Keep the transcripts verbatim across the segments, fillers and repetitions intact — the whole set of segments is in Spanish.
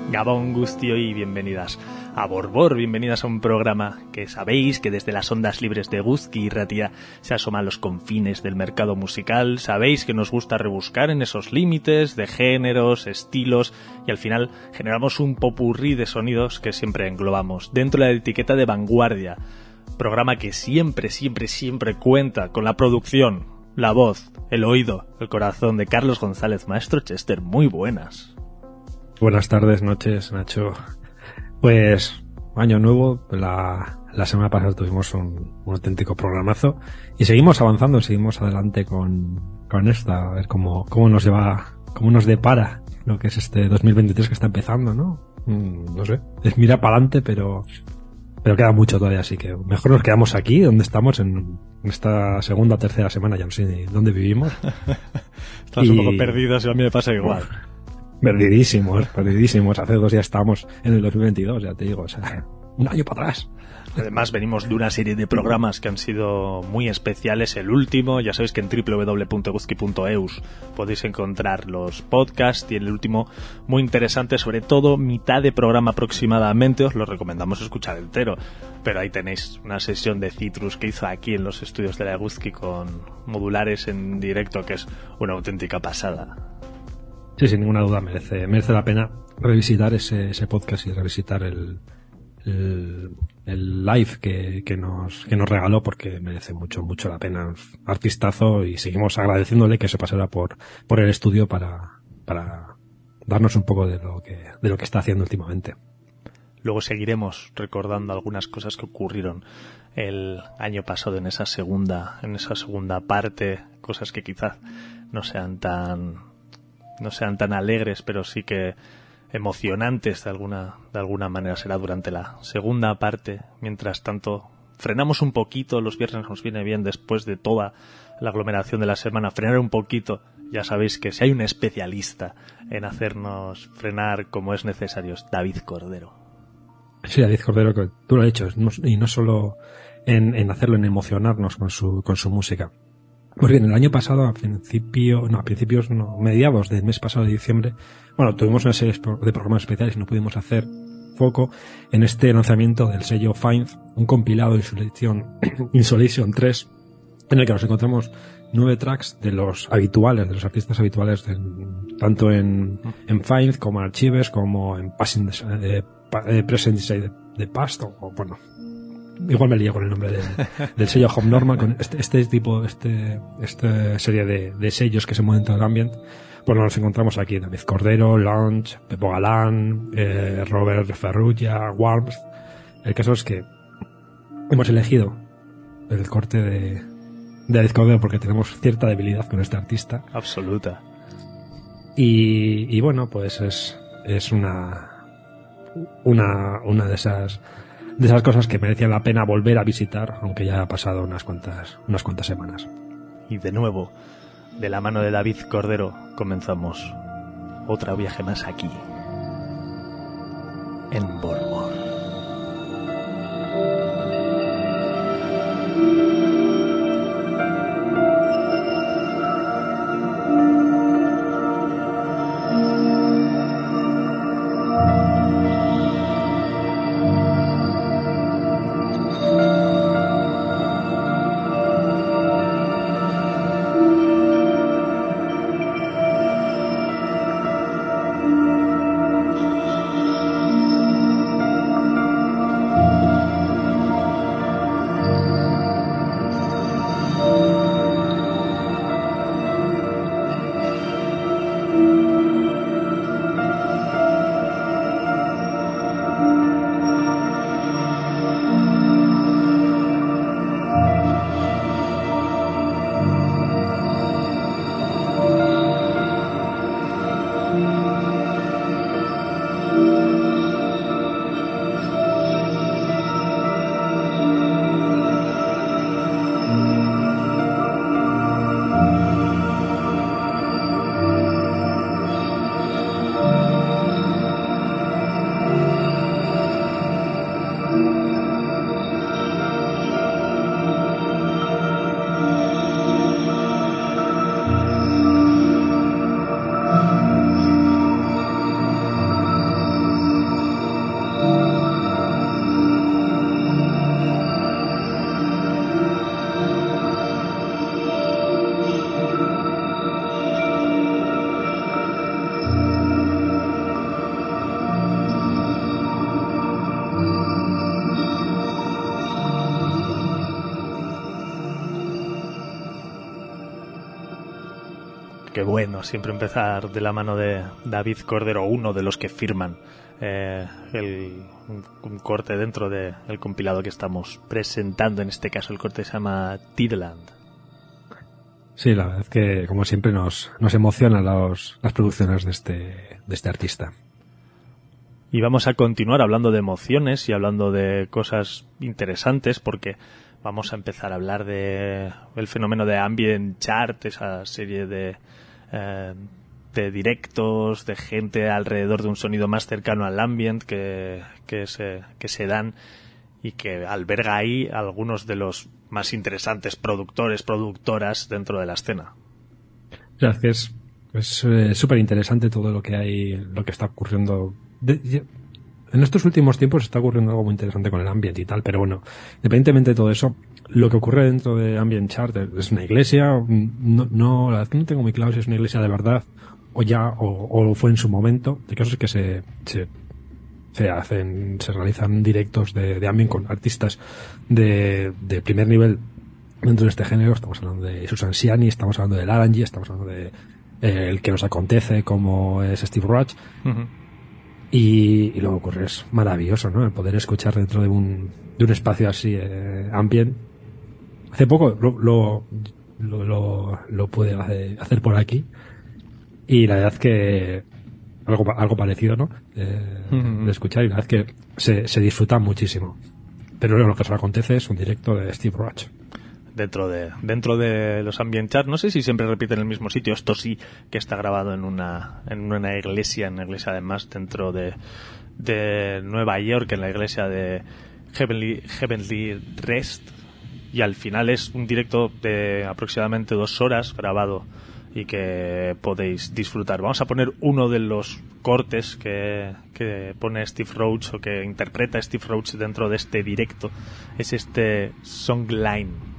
Gabón Gustio y bienvenidas a Borbor, bienvenidas a un programa que sabéis que desde las ondas libres de Guzki y Ratia se asoma a los confines del mercado musical, sabéis que nos gusta rebuscar en esos límites de géneros, estilos y al final generamos un popurrí de sonidos que siempre englobamos dentro de la etiqueta de vanguardia, programa que siempre, siempre, siempre cuenta con la producción, la voz, el oído, el corazón de Carlos González, maestro Chester. Muy buenas. Buenas tardes, noches, Nacho. Pues, año nuevo, la, la semana pasada tuvimos un, un auténtico programazo y seguimos avanzando, seguimos adelante con, con esta, a ver cómo, cómo nos lleva, cómo nos depara lo que es este dos mil veintitrés que está empezando, ¿no? Mm, no sé, es mira para adelante, pero, pero queda mucho todavía, así que mejor nos quedamos aquí, donde estamos, en esta segunda o tercera semana, ya no sé ni dónde vivimos. Estás y... un poco perdidos y a mí me pasa igual. Uf. Perdidísimos, perdidísimos. Hace dos días estábamos en el dos mil veintidós, ya te digo, o sea, un año para atrás. Además venimos de una serie de programas que han sido muy especiales. El último, ya sabéis que en doble u doble u doble u punto guzki punto e u s podéis encontrar los podcasts, y el último muy interesante, sobre todo mitad de programa aproximadamente, os lo recomendamos escuchar entero. Pero ahí tenéis una sesión de Citrus que hizo aquí en los estudios de la Guzki con modulares en directo, que es una auténtica pasada. Sí, sin ninguna duda merece merece la pena revisitar ese, ese podcast y revisitar el, el, el live que, que nos que nos regaló, porque merece mucho mucho la pena. Artistazo, y seguimos agradeciéndole que se pasara por por el estudio para para darnos un poco de lo que de lo que está haciendo últimamente. Luego seguiremos recordando algunas cosas que ocurrieron el año pasado en esa segunda en esa segunda parte, cosas que quizás no sean tan no sean tan alegres, pero sí que emocionantes de alguna de alguna manera. Será durante la segunda parte. Mientras tanto, frenamos un poquito. Los viernes nos viene bien, después de toda la aglomeración de la semana, frenar un poquito. Ya sabéis que si hay un especialista en hacernos frenar como es necesario, es David Cordero. Sí, David Cordero, que tú lo has hecho, y no solo en, en hacerlo, en emocionarnos con su con su música. Pues bien, el año pasado, a principio, no, a principios, no, mediados del mes pasado de diciembre, bueno, tuvimos una serie de programas especiales y no pudimos hacer foco en este lanzamiento del sello Find, un compilado de Insolation, Insolation tres, en el que nos encontramos nueve tracks de los habituales, de los artistas habituales, de, tanto en, en Find como en Archives, como en Passing the, eh, eh, Present Inside the Past, o, o bueno, igual me lío con el nombre del, del sello Home Normal, con este, este tipo, este, esta serie de, de sellos que se mueven dentro del ambient. Bueno, nos encontramos aquí David Cordero, Launch, Pepo Galán, eh, Robert Ferrugia, Warmth. El caso es que hemos elegido el corte de, de David Cordero porque tenemos cierta debilidad con este artista. Absoluta. Y, y bueno, pues es, es una, una, una de esas, de esas cosas que merecía la pena volver a visitar, aunque ya ha pasado unas cuantas unas cuantas semanas. Y de nuevo, de la mano de David Cordero, comenzamos otro viaje más aquí, en Borbor. qué bueno siempre empezar de la mano de David Cordero, uno de los que firman eh, el, un, un corte dentro del de compilado que estamos presentando. En este caso el corte se llama Tidland. Sí, la verdad es que como siempre nos, nos emocionan los, las producciones de este, de este artista. Y vamos a continuar hablando de emociones y hablando de cosas interesantes, porque vamos a empezar a hablar de el fenómeno de Ambient Chart, esa serie de, eh, de directos, de gente alrededor de un sonido más cercano al ambient que, que, se, que se dan y que alberga ahí algunos de los más interesantes productores, productoras dentro de la escena. La verdad es que es súper eh, interesante todo lo que hay, lo que está ocurriendo. De, en estos últimos tiempos está ocurriendo algo muy interesante con el ambient y tal, pero bueno, independientemente de todo eso, lo que ocurre dentro de Ambient Chart es una iglesia, no, no, la verdad es que no tengo muy claro si es una iglesia de verdad o ya, o, o fue en su momento. El caso es que se, se, se hacen, se realizan directos de, de ambient con artistas de, de primer nivel dentro de este género. Estamos hablando de Susan Siani, estamos hablando de Laranji, estamos hablando de eh, el que nos acontece como es Steve Roach. Uh-huh. Y, y lo que ocurre es maravilloso, ¿no? El poder escuchar dentro de un, de un espacio así, eh, ambient. Hace poco lo, lo, lo, lo, lo pude hacer por aquí. Y la verdad es que algo, algo parecido, ¿no? Eh, uh-huh. De escuchar, y la verdad es que se, se disfruta muchísimo. Pero lo que nos acontece es un directo de Steve Roach. Dentro de dentro de los Ambient Chart, no sé si siempre repiten el mismo sitio. Esto sí que está grabado en una en una iglesia, en una iglesia además dentro de de Nueva York, en la iglesia de Heavenly, Heavenly Rest, y al final es un directo de aproximadamente dos horas grabado y que podéis disfrutar. Vamos a poner uno de los cortes que, que pone Steve Roach o que interpreta Steve Roach dentro de este directo. Es este Songline.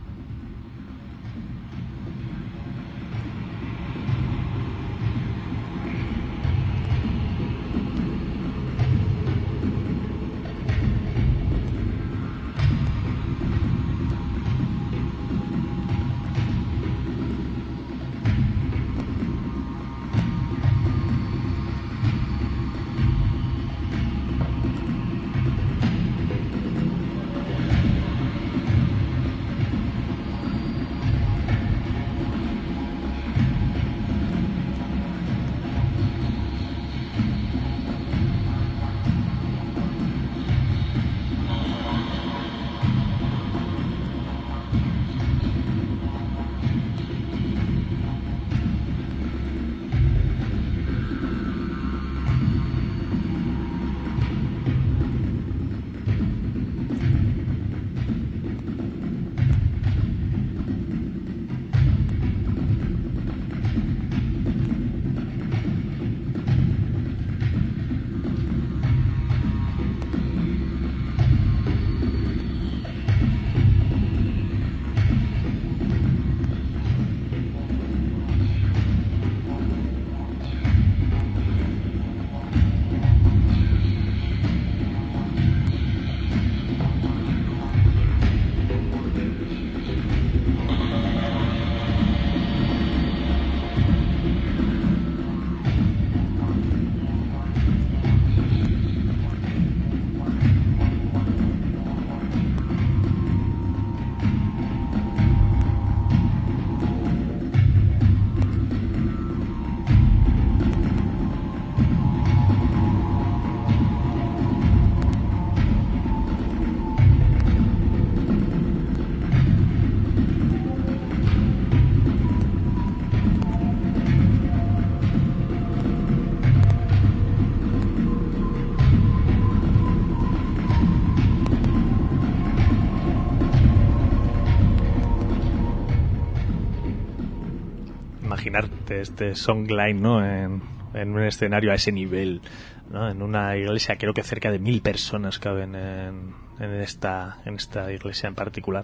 Imaginarte este songline, ¿no? En, en un escenario a ese nivel, ¿no? En una iglesia, creo que cerca de mil personas caben en, en esta en esta iglesia en particular.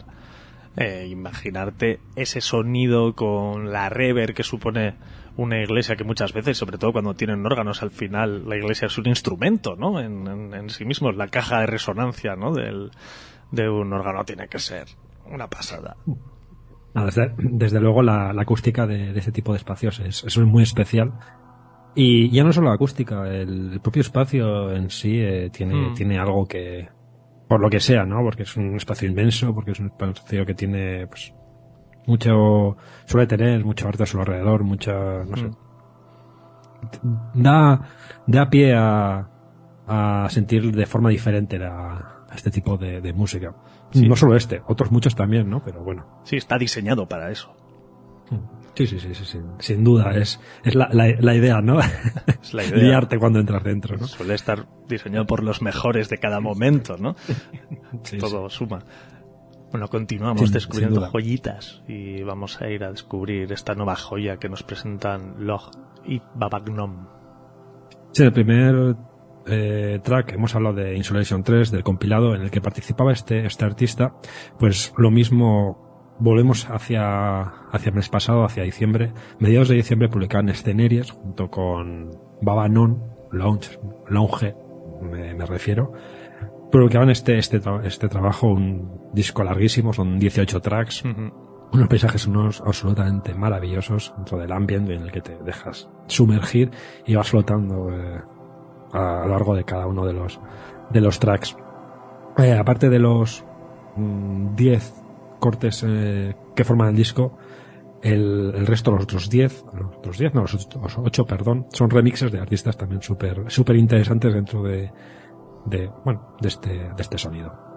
Eh, imaginarte ese sonido con la reverb que supone una iglesia, que muchas veces, sobre todo cuando tienen órganos, al final la iglesia es un instrumento, ¿no? En, en, en sí mismo, la caja de resonancia, ¿no? Del, de un órgano tiene que ser una pasada. Nada, desde, desde luego la, la acústica de, de ese tipo de espacios es, es muy especial. Y ya no solo la acústica, el, el propio espacio en sí eh, tiene, mm. tiene algo que, por lo que sea, ¿no? Porque es un espacio inmenso, porque es un espacio que tiene, pues, mucho, suele tener mucho arte a su alrededor, mucha, no mm. sé. Da, da pie a, a sentir de forma diferente la, a este tipo de, de música. Sí. No solo este, otros muchos también, ¿no? Pero bueno. Sí, está diseñado para eso. Sí, sí, sí, sí, sí. Sin duda, es, es la, la, la idea, ¿no? Es la idea. Liarte cuando entras dentro, ¿no? Suele estar diseñado por los mejores de cada momento, ¿no? Sí, Todo sí. suma. Bueno, continuamos sí, descubriendo joyitas y vamos a ir a descubrir esta nueva joya que nos presentan Log y Babagnom. Sí, el primer eh, track, hemos hablado de Insolation tres, del compilado en el que participaba este, este artista, pues lo mismo. Volvemos hacia, hacia el mes pasado, hacia diciembre. Mediados de diciembre publicaban Sceneries junto con Babanon, Lounge, Lounge me, me refiero. Publicaban este, este, tra- este trabajo, un disco larguísimo, son dieciocho tracks, uh-huh. unos paisajes unos absolutamente maravillosos dentro del ambiente en el que te dejas sumergir y vas flotando eh, a lo largo de cada uno de los, de los tracks. Eh, aparte de los diez mm, cortes eh, que forman el disco, el, el resto, los otros diez, los otros diez, no, los ocho, perdón, son remixes de artistas también súper súper interesantes dentro de, de, bueno, de este, de este sonido.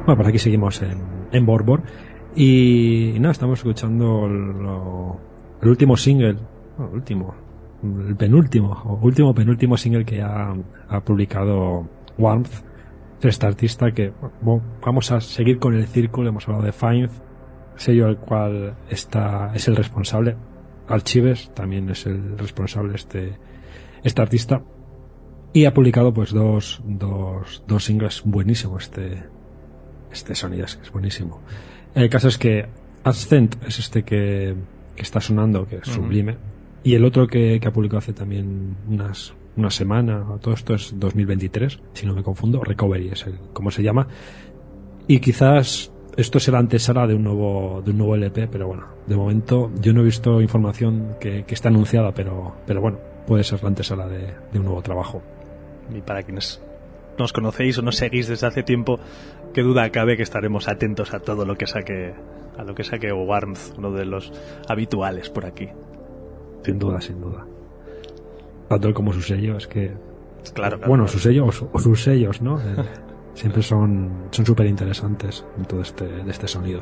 Bueno, por aquí seguimos en, en Borbor. Y, y nada, estamos escuchando lo, el último single, bueno, último, el penúltimo, o último penúltimo single que ha, ha publicado Warmth, este artista que, bueno, vamos a seguir con el círculo. Hemos hablado de Faith, sello al cual está, es el responsable. Archives también es el responsable este, este artista. Y ha publicado pues dos, dos, dos singles buenísimos. Este, este sonido es, es buenísimo. El caso es que Ascent es este que, que está sonando, que es sublime. Uh-huh. Y el otro que, que ha publicado hace también unas, una semana, todo esto es dos mil veintitrés, si no me confundo. Recovery es el, como se llama. Y quizás esto es la antesala de un nuevo, de un nuevo L P, pero bueno, de momento yo no he visto información que, que está anunciada, pero, pero bueno, puede ser la antesala de, de un nuevo trabajo. Y para quienes nos conocéis o nos seguís desde hace tiempo, qué duda cabe que estaremos atentos a todo lo que saque, a lo que saque Warmth, uno de los habituales por aquí. Sin duda, sin duda. Tanto él como su sello, es que... Claro, claro. Bueno, su sello o, su, o sus sellos, ¿no? Eh, siempre son son súper interesantes en todo este, de este sonido.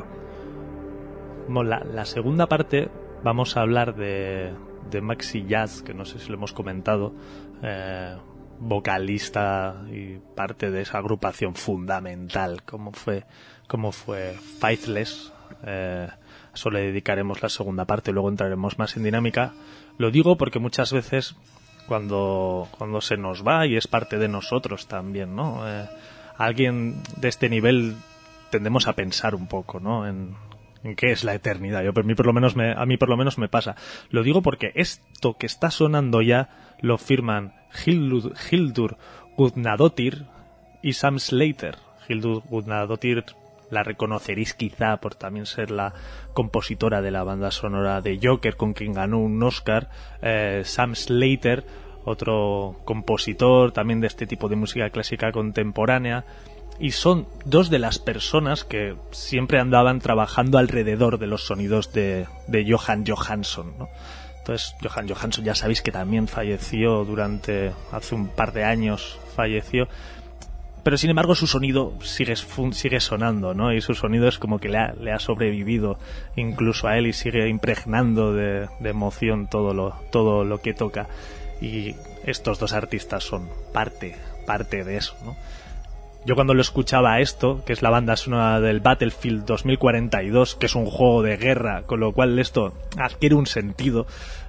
Bueno, la, la segunda parte vamos a hablar de, de Maxi Jazz, que no sé si lo hemos comentado, eh, vocalista y parte de esa agrupación fundamental como fue como fue Faithless. Eh, eso le dedicaremos la segunda parte, luego entraremos más en dinámica. Lo digo porque muchas veces cuando cuando se nos va, y es parte de nosotros también, ¿no? Eh, alguien de este nivel tendemos a pensar un poco, ¿no? En, en qué es la eternidad. Yo, por mí, por lo menos me, a mí por lo menos me pasa. Lo digo porque esto que está sonando ya lo firman Hildur, Hildur Guðnadóttir y Sam Slater. Hildur Guðnadóttir la reconoceréis quizá por también ser la compositora de la banda sonora de Joker, con quien ganó un Oscar. Eh, Sam Slater, otro compositor también de este tipo de música clásica contemporánea. Y son dos de las personas que siempre andaban trabajando alrededor de los sonidos de, de Jóhann Johansson, ¿no? Entonces, Jóhann Johansson ya sabéis que también falleció durante, hace un par de años falleció, pero sin embargo su sonido sigue, sigue sonando, ¿no? Y su sonido es como que le ha, le ha sobrevivido incluso a él y sigue impregnando de, de emoción todo lo, todo lo que toca. Y estos dos artistas son parte, parte de eso, ¿no? Yo cuando lo escuchaba esto, que es la banda sonora del Battlefield dos mil cuarenta y dos, que es un juego de guerra, con lo cual esto adquiere un sentido,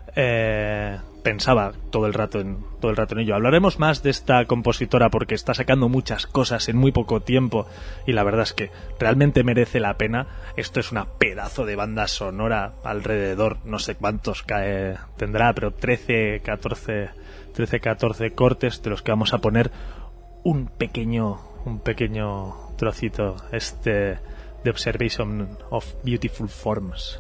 eh, pensaba todo el rato en todo el rato en ello. Hablaremos más de esta compositora porque está sacando muchas cosas en muy poco tiempo y la verdad es que realmente merece la pena. Esto es una pedazo de banda sonora, alrededor, no sé cuántos cae, tendrá, pero trece, catorce, trece, catorce cortes, de los que vamos a poner un pequeño un pequeño trocito, este The Observation of Beautiful Forms.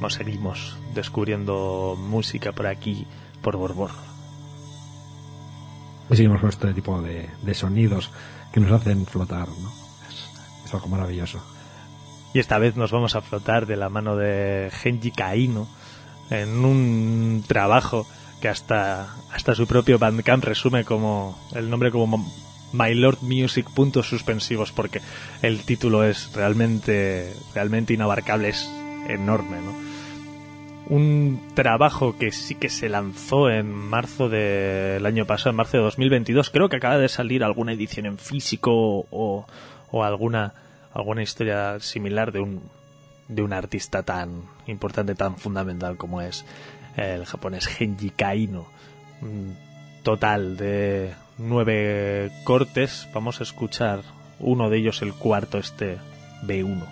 o seguimos descubriendo música por aquí, por Borbor. Y seguimos con este tipo de, de sonidos que nos hacen flotar, ¿no? Es, es algo maravilloso. Y esta vez nos vamos a flotar de la mano de Genji Kaino en un trabajo que hasta, hasta su propio Bandcamp resume como el nombre como My Lord Music puntos suspensivos, porque el título es realmente, realmente inabarcable, es enorme, ¿no? Un trabajo que sí que se lanzó en marzo del año pasado, en marzo de dos mil veintidós. Creo que acaba de salir alguna edición en físico o, o alguna, alguna historia similar de un, de un artista tan importante, tan fundamental como es el japonés Genji Kaino. Un total de nueve cortes. Vamos a escuchar uno de ellos, el cuarto, este B uno.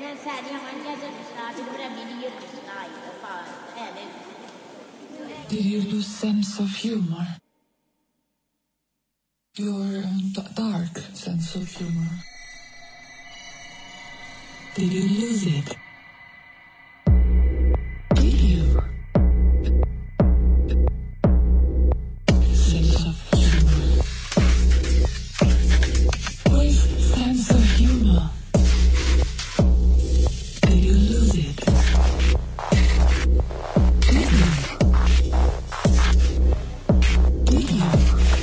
Did you lose sense of humor? Your d- dark sense of humor. Did you lose it? Did you? Sense of humor. With sense of humor. Did you lose it? Did you? Did you?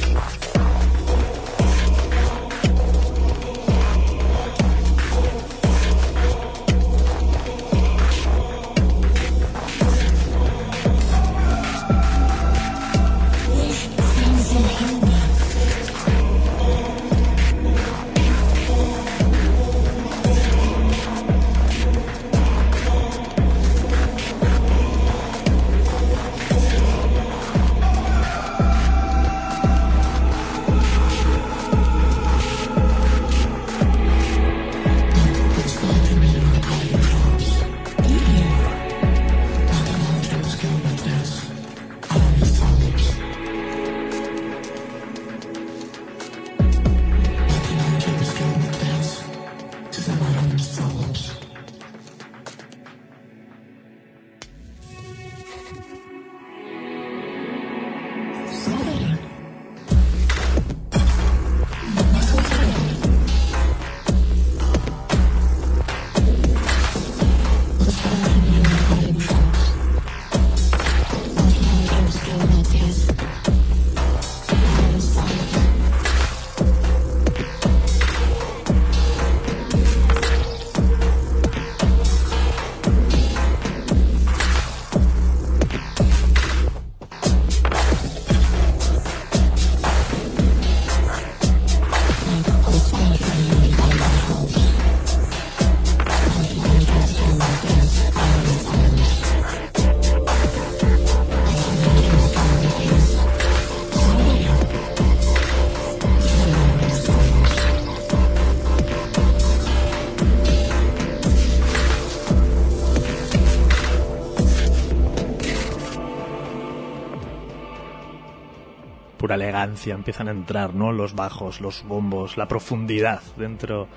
Pura elegancia, empiezan a entrar, ¿no? Los bajos, los bombos, la profundidad dentro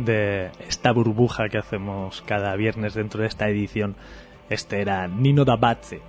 de esta burbuja que hacemos cada viernes dentro de esta edición. Este era Nino Dabate.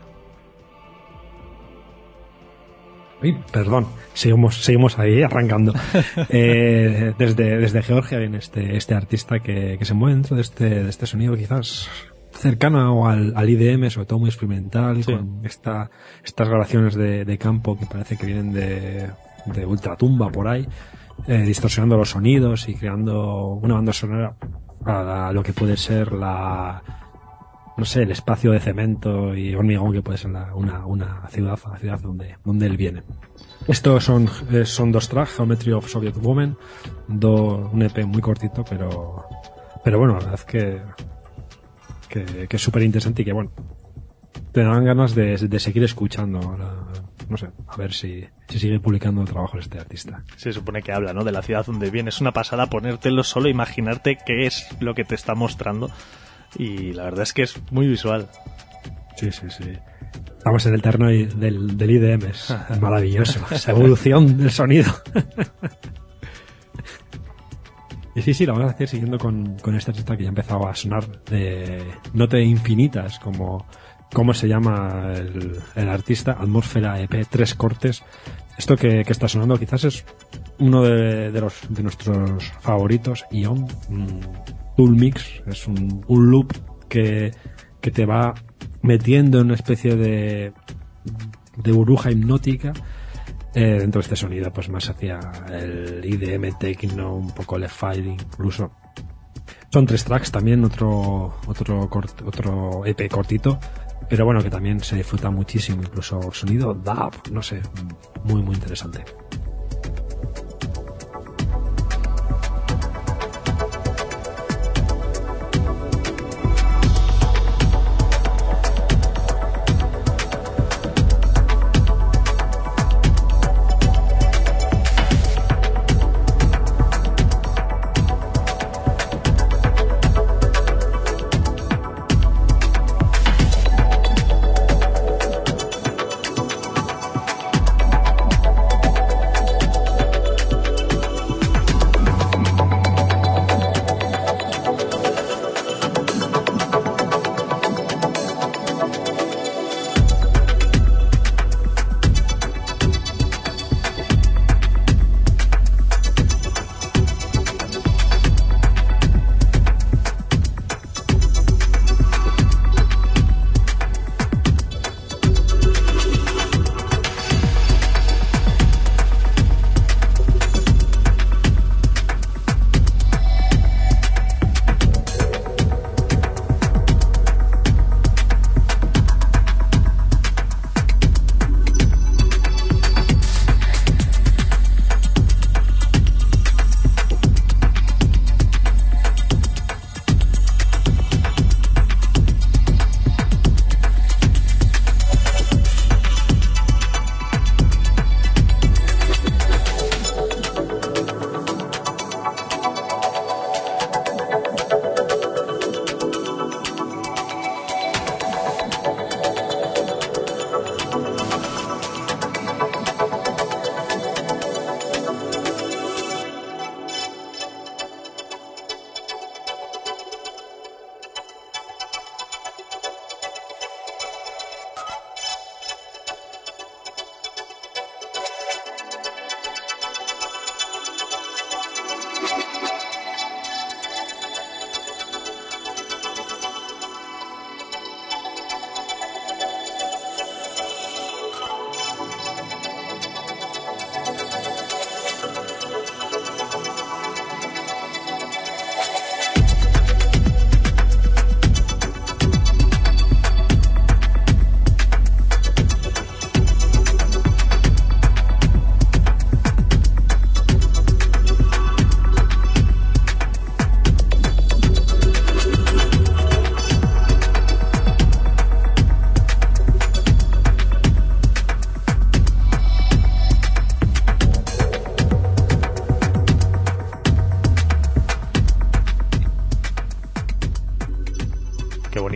Uy, perdón, seguimos, seguimos ahí arrancando. eh, desde, desde Georgia viene este, este artista que, que se mueve dentro de este, de este sonido quizás cercano al, al I D M, sobre todo muy experimental, sí, con esta, estas grabaciones de, de campo que parece que vienen de, de ultratumba por ahí, eh, distorsionando los sonidos y creando una banda sonora a, a lo que puede ser la, no sé, el espacio de cemento y hormigón que puede ser la, una, una ciudad, la ciudad donde, donde él viene. Estos son, eh, son dos tracks, Geometry of Soviet Woman, do, un E P muy cortito, pero, pero bueno, la verdad es que que, que es súper interesante y que, bueno, te dan ganas de, de seguir escuchando. Ahora, no sé, a ver si, si sigue publicando trabajo este artista. Se supone que habla, ¿no?, de la ciudad donde viene. Es una pasada ponértelo solo, imaginarte qué es lo que te está mostrando, y la verdad es que es muy visual. Sí, sí, sí. Estamos en el terreno del, del I D M, es maravilloso. Esa evolución del sonido. Y sí, sí, la vamos a hacer siguiendo con, con esta artista que ya empezaba a sonar de Note Infinitas, como, como se llama el, el artista, Atmósfera E P, tres cortes. Esto que, que está sonando quizás es uno de, de, los, de nuestros favoritos, Ion, un Tool Mix, es un, un loop que, que te va metiendo en una especie de, de burbuja hipnótica. Eh, dentro de este sonido, pues más hacia el I D M techno, un poco left fighting incluso. Son tres tracks también, otro otro cort, otro E P cortito, pero bueno, que también se disfruta muchísimo, incluso sonido dub, no sé, muy muy interesante.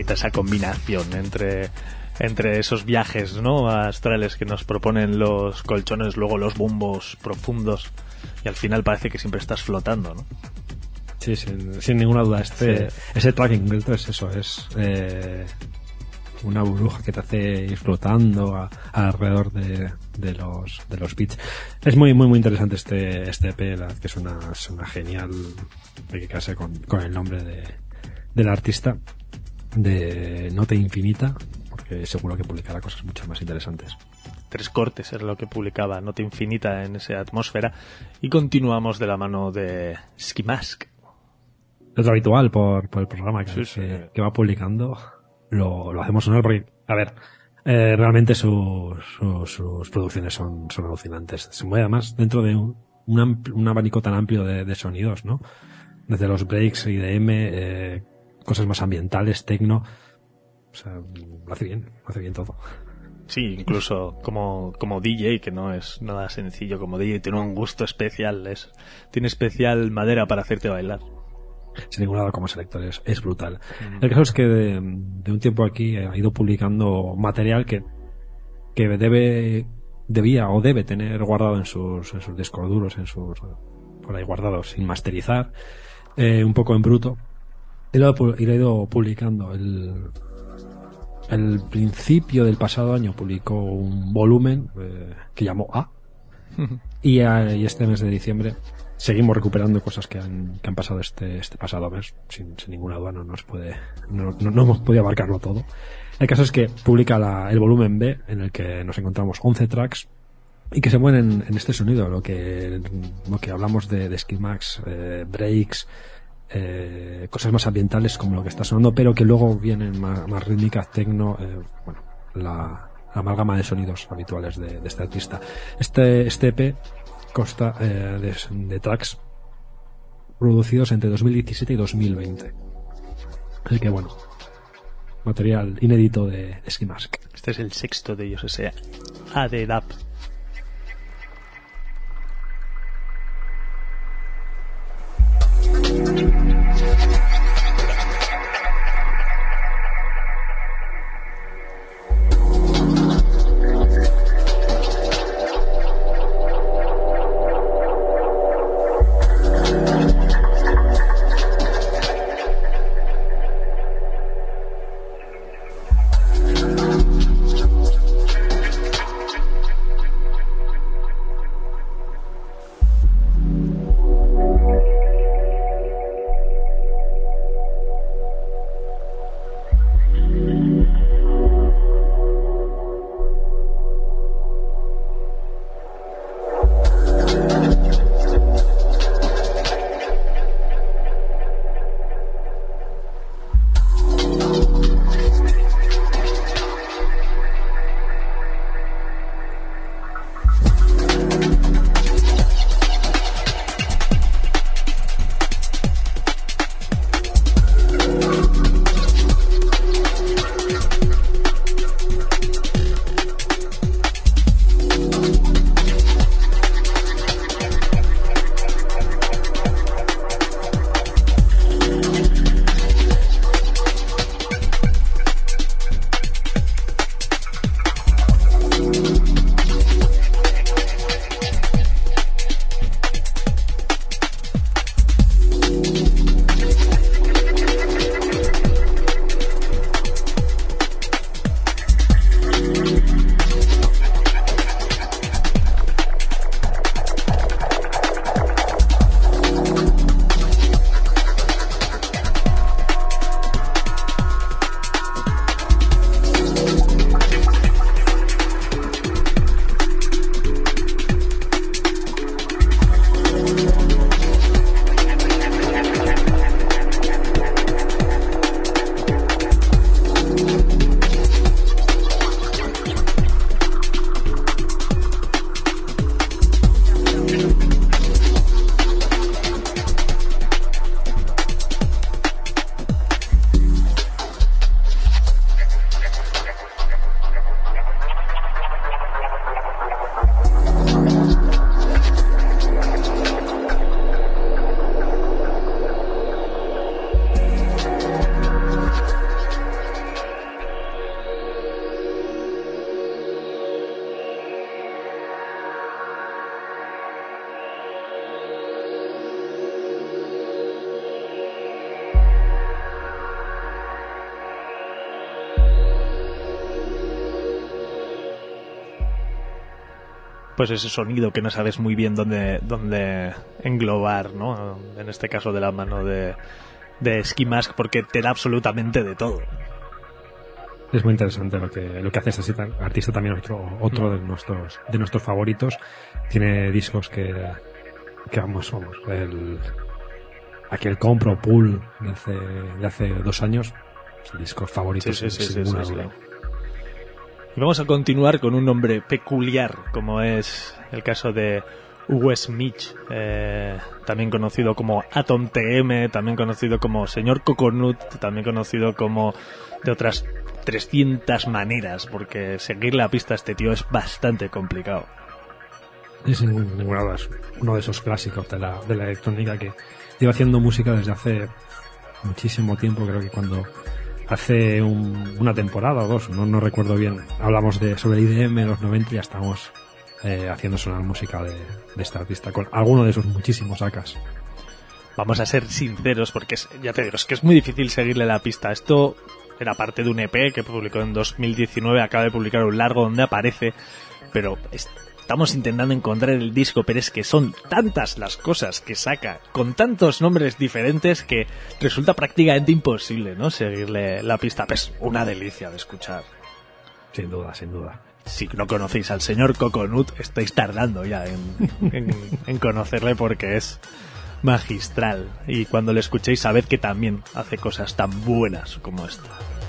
bonita esa combinación entre entre esos viajes, ¿no?, astrales que nos proponen los colchones, luego los bombos profundos, y al final parece que siempre estás flotando, ¿no? Sí, sin, sin ninguna duda. Este, Sí. Ese tracking es eso, es eh, una burbuja que te hace ir flotando a, a alrededor de, de los de los beats. Es muy muy muy interesante este este E P, la verdad que es una, es una genial, hay que quedarse con, con el nombre de del artista, de Note Infinita, porque seguro que publicará cosas mucho más interesantes. Tres cortes era lo que publicaba Nota Infinita en esa atmósfera, y continuamos de la mano de Ski Mask. Es lo habitual por, por el programa que, Sí, sí. que, que va publicando. Lo, lo hacemos sonar porque, a ver, eh, realmente sus, sus, sus producciones son, son alucinantes. Se mueve además dentro de un, un, ampli- un abanico tan amplio de, de sonidos, ¿no? Desde los breaks, I D M, eh, cosas más ambientales, techno. O sea, lo hace bien, lo hace bien todo. Sí, incluso como, como D J, que no es nada sencillo como D J, tiene un gusto especial, es, tiene especial madera para hacerte bailar. Sin ningún lado como selector, es, es brutal. El caso es que de, de un tiempo aquí ha ido publicando material que, que debe, debía o debe tener guardado en sus, en sus discos duros, en sus, por ahí guardados, sin masterizar, eh, un poco en bruto. Y lo, he pu- y lo he ido publicando. El, el principio del pasado año publicó un volumen eh, que llamó A. Y, a- y este mes de diciembre seguimos recuperando cosas que han, que han pasado este, este pasado mes, sin, sin ninguna duda. No nos puede, no, no, no hemos podido abarcarlo todo. El caso es que publica la, el volumen B, en el que nos encontramos once tracks y que se mueven en, en este sonido, lo que, lo que hablamos de, de Ski Max, eh, breaks, eh, cosas más ambientales como lo que está sonando, pero que luego vienen más, más rítmicas, techno, eh, bueno, la, la amalgama de sonidos habituales de, de este artista. Este, este E P consta eh, de, de tracks producidos entre dos mil diecisiete y dos mil veinte. Así que bueno, material inédito de, de Ski Mask. Este es el sexto de ellos, ese A D D A P. pues ese sonido que no sabes muy bien dónde, dónde englobar, ¿no? En este caso de la mano de, de Ski Mask, porque te da absolutamente de todo. Es muy interesante lo que lo que hace este artista, también otro otro de nuestros de nuestros favoritos. Tiene discos que que vamos, vamos, el aquel Compro Pool de hace de hace dos años, discos favoritos, sí, sí, sí, sin ninguna sí, sí, duda. sí. Y vamos a continuar con un nombre peculiar, como es el caso de Uwe Smith, eh, también conocido como Atom T M, también conocido como Señor Coconut, también conocido como de otras trescientas maneras, porque seguir la pista a este tío es bastante complicado. Es sin ninguna duda, es uno de esos clásicos de la, de la electrónica que lleva haciendo música desde hace muchísimo tiempo. Creo que cuando hace un, una temporada o dos, no, no recuerdo bien, hablamos de sobre I D M en los noventa y ya estamos eh, haciendo sonar música de, de este artista con alguno de sus muchísimos acas. Vamos a ser sinceros, porque es, ya te digo, es que es muy difícil seguirle la pista. Esto era parte de un E P que publicó en dos mil diecinueve, acaba de publicar un largo donde aparece, pero es, estamos intentando encontrar el disco, pero es que son tantas las cosas que saca, con tantos nombres diferentes, que resulta prácticamente imposible, ¿no?, seguirle la pista. Pues una delicia de escuchar. Sin duda, sin duda. Si no conocéis al señor Coconut, estáis tardando ya en, en, en conocerle, porque es magistral. Y cuando le escuchéis, sabed que también hace cosas tan buenas como esta.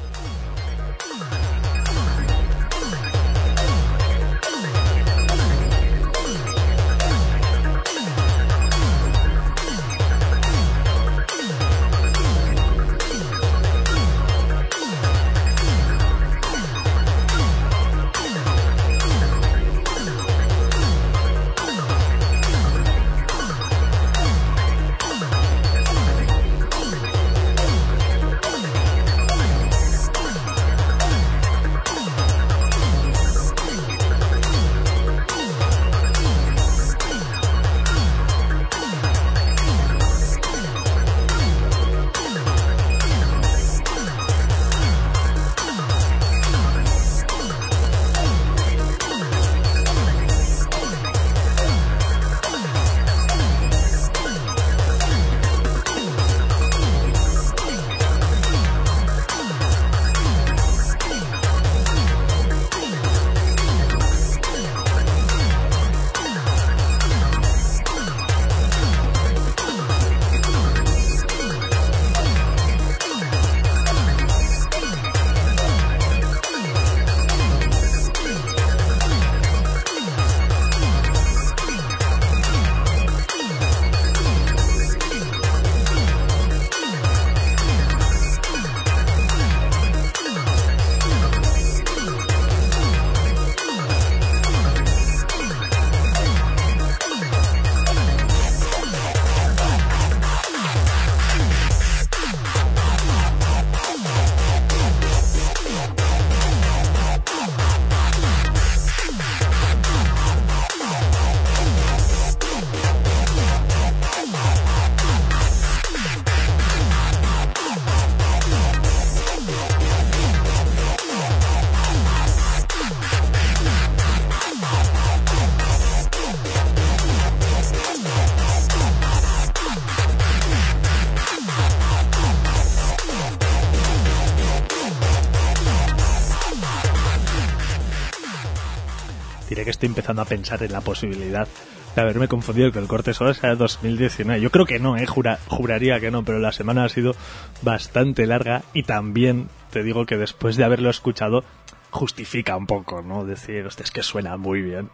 Diré que estoy empezando a pensar en la posibilidad de haberme confundido, que el corte solo sea de dos mil diecinueve. Yo creo que no, eh, Jura, juraría que no, pero la semana ha sido bastante larga y también te digo que después de haberlo escuchado justifica un poco, ¿no? Decir, hostia, es que suena muy bien.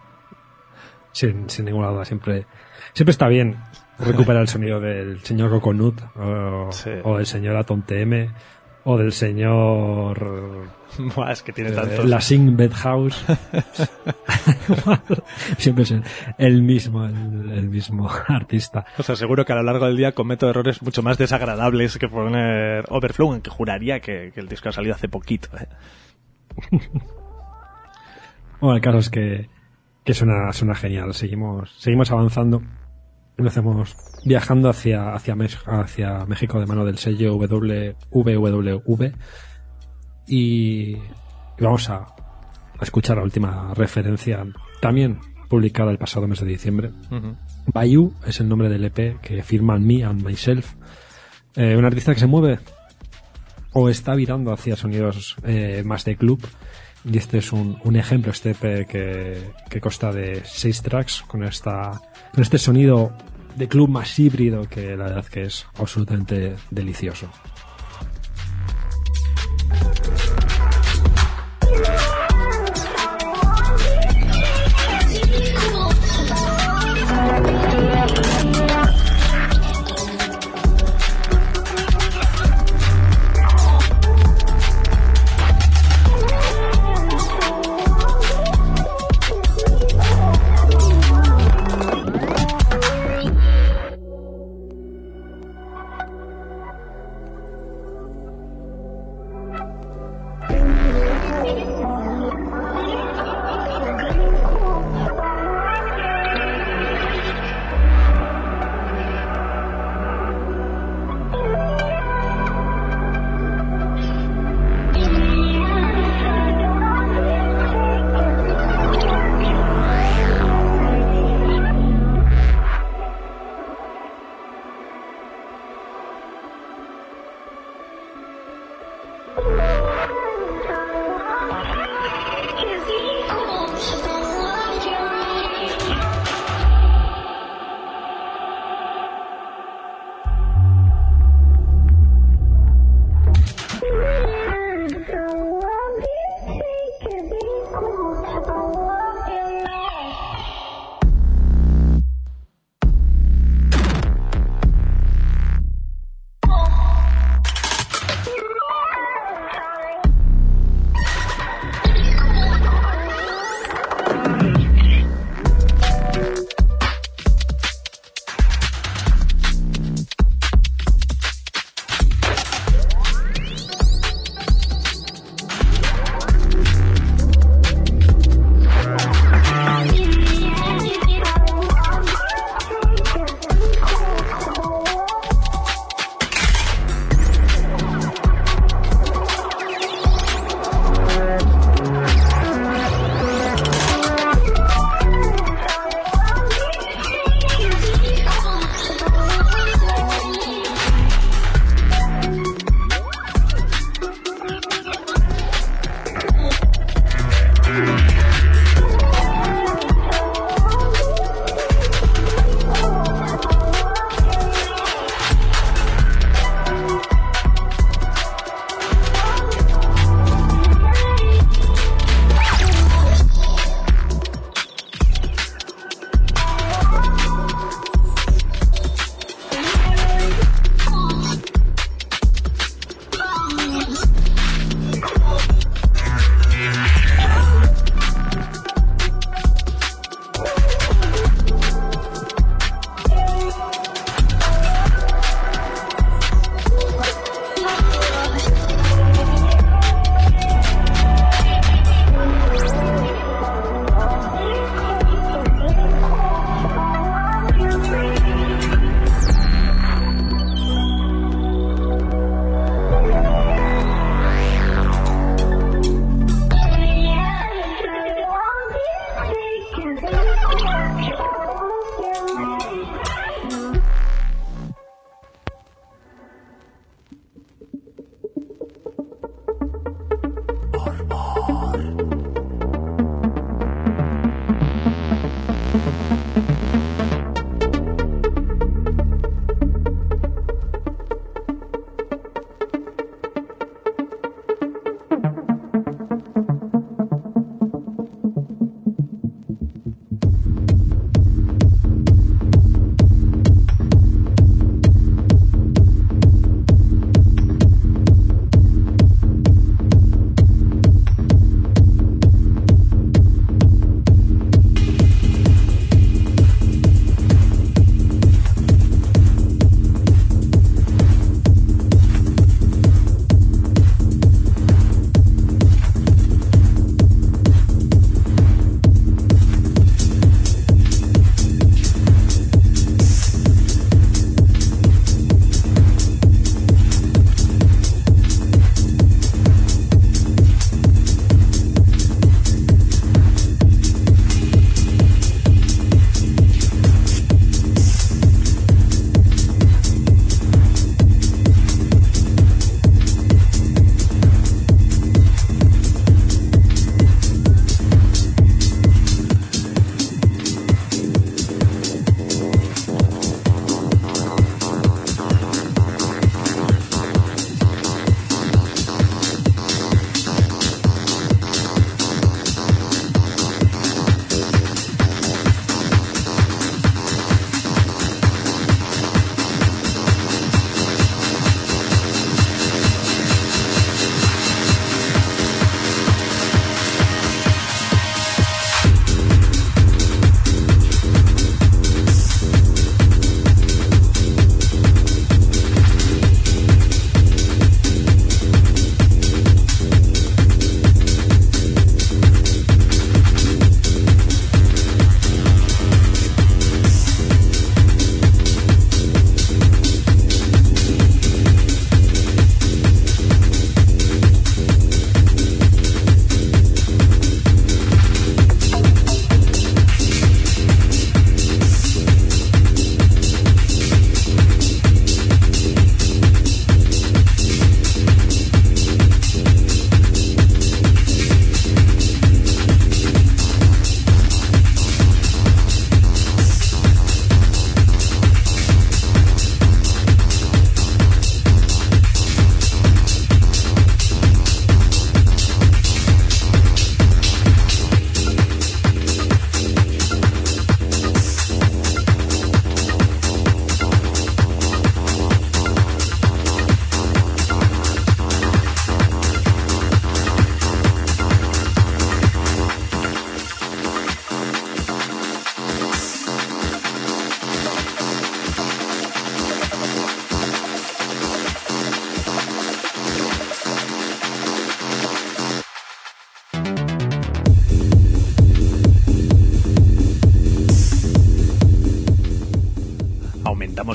Sin, sin ninguna duda, siempre siempre está bien recuperar el sonido del señor Coconut o, sí. o del señor Atom T M o del señor Buah, es que tiene eh, tantos. la Sing Bed House. Siempre es el mismo el, el mismo artista. O sea, seguro que a lo largo del día cometo errores mucho más desagradables que poner Overflow, en que juraría que, que el disco ha salido hace poquito, ¿eh? Bueno, el caso es que que suena, suena genial. Seguimos, seguimos avanzando. Lo hacemos viajando hacia, hacia, hacia México de mano del sello W W W y, y vamos a, a escuchar la última referencia también publicada el pasado mes de diciembre. Ujú. Bayou es el nombre del E P que firman Me and Myself. Eh, un artista que se mueve o está virando hacia sonidos eh, más de club. Y este es un, un ejemplo, este E P que, que consta de seis tracks con esta con este sonido de club más híbrido que la verdad que es absolutamente delicioso.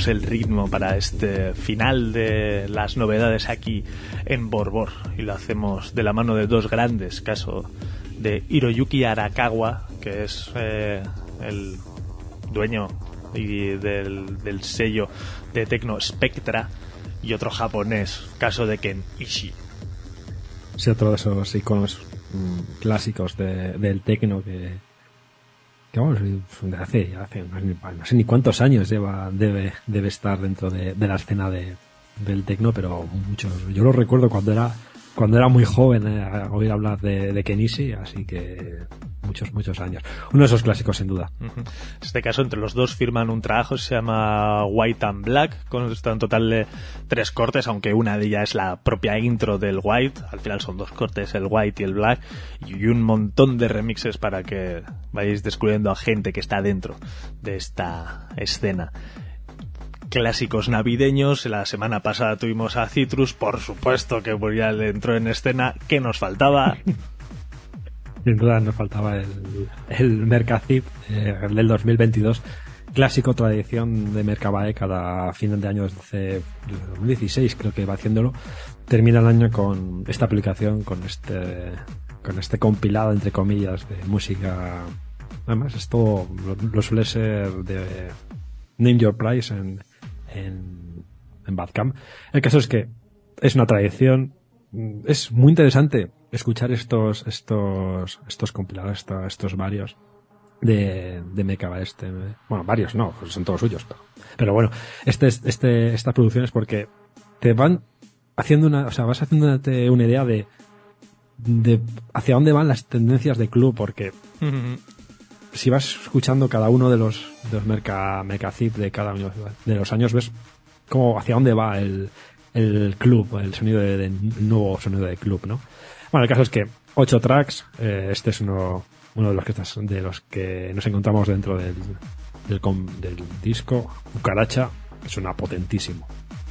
cogemos el ritmo para este final de las novedades aquí en Borbor, y lo hacemos de la mano de dos grandes, caso de Hiroyuki Arakawa, que es eh, el dueño y del, del sello de techno Spectra, y otro japonés, caso de Ken Ishii. Sí, otro de esos iconos mmm, clásicos de, del techno que, que vamos, de hace, hace no sé ni cuántos años lleva, debe, debe estar dentro de, de la escena de, del techno, pero muchos. Yo lo recuerdo cuando era cuando era muy joven, eh, a oír hablar de, de Ken Ishii, así que muchos, muchos años. Uno de esos clásicos, sin duda. Uh-huh. En este caso, entre los dos firman un trabajo, se llama White and Black, con un total de tres cortes, aunque una de ellas es la propia intro del White. Al final son dos cortes, el White y el Black, y un montón de remixes para que vayáis descubriendo a gente que está dentro de esta escena. Clásicos navideños. La semana pasada tuvimos a Citrus, por supuesto que ya le entró en escena. ¿Qué nos faltaba? Sin duda nos faltaba el, el Mercazip, eh, el del dos mil veintidós, clásico, tradición de Mercabae, cada final de año desde dos mil dieciséis creo que va haciéndolo. Termina el año con esta aplicación, con este con este compilado, entre comillas, de música. Además, esto lo, lo suele ser de Name Your Price en en, en Bandcamp. El caso es que es una tradición. Es muy interesante escuchar estos estos estos compilados, estos, estos varios de de Mercabae. Este, bueno, varios no, son todos suyos, pero, pero bueno, este este estas producciones, porque te van haciendo una, o sea, vas haciéndote una idea de de hacia dónde van las tendencias de club, porque uh-huh. si vas escuchando cada uno de los de los Merca Mercazip de cada uno de los años, ves cómo hacia dónde va el el club, el sonido de, de el nuevo sonido de club, ¿no? Bueno, el caso es que ocho tracks, eh, este es uno uno de los que estás, de los que nos encontramos dentro del del, del disco Cucaracha, que suena potentísimo.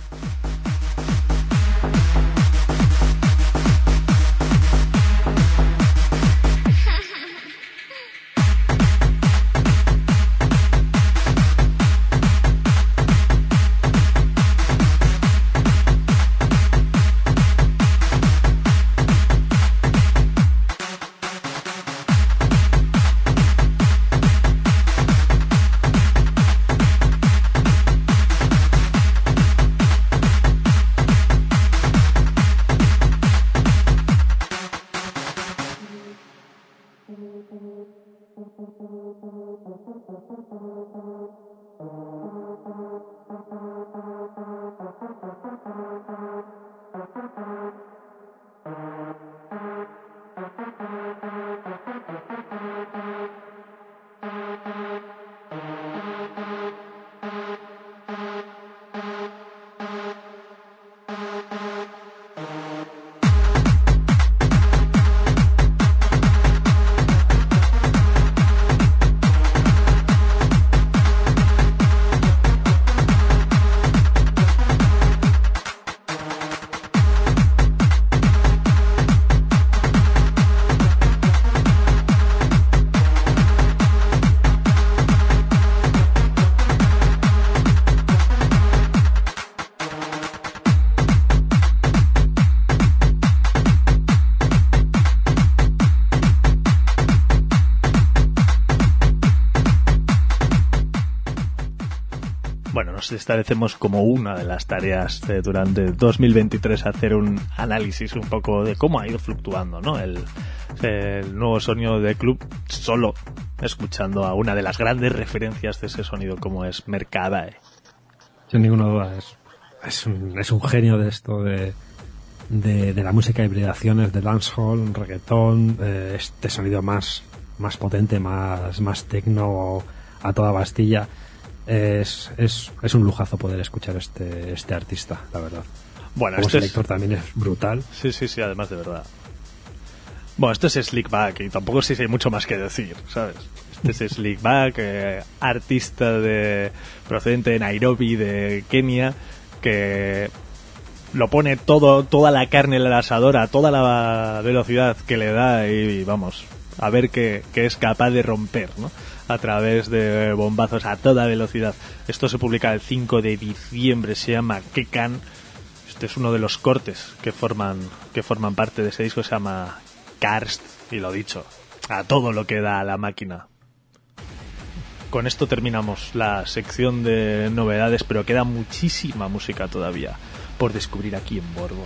Nos establecemos como una de las tareas de, durante dos mil veintitrés, hacer un análisis un poco de cómo ha ido fluctuando, ¿no? el, el nuevo sonido de club, solo escuchando a una de las grandes referencias de ese sonido como es Mercabae. Sin ninguna duda, es, es, un, es un genio de esto de, de, de la música de hibridaciones, de dancehall, reggaetón, eh, este sonido más, más potente, más, más tecno a toda Bastilla. Es, es, es un lujazo poder escuchar este, este artista, la verdad. Bueno, como este selector es... también es brutal. Sí, sí, sí, además de verdad. Bueno, esto es Slickback y tampoco sé si hay mucho más que decir, ¿sabes? Este es Slickback, eh, artista de procedente de Nairobi, de Kenia, que lo pone todo, toda la carne en el asador a toda la velocidad que le da y, vamos, a ver qué, qué es capaz de romper, ¿no? a través de bombazos a toda velocidad. Esto se publica el cinco de diciembre, se llama Kekan. Este es uno de los cortes que forman que forman parte de ese disco, se llama Karst, y lo dicho, a todo lo que da la máquina. Con esto terminamos la sección de novedades, pero queda muchísima música todavía por descubrir aquí en Borbor.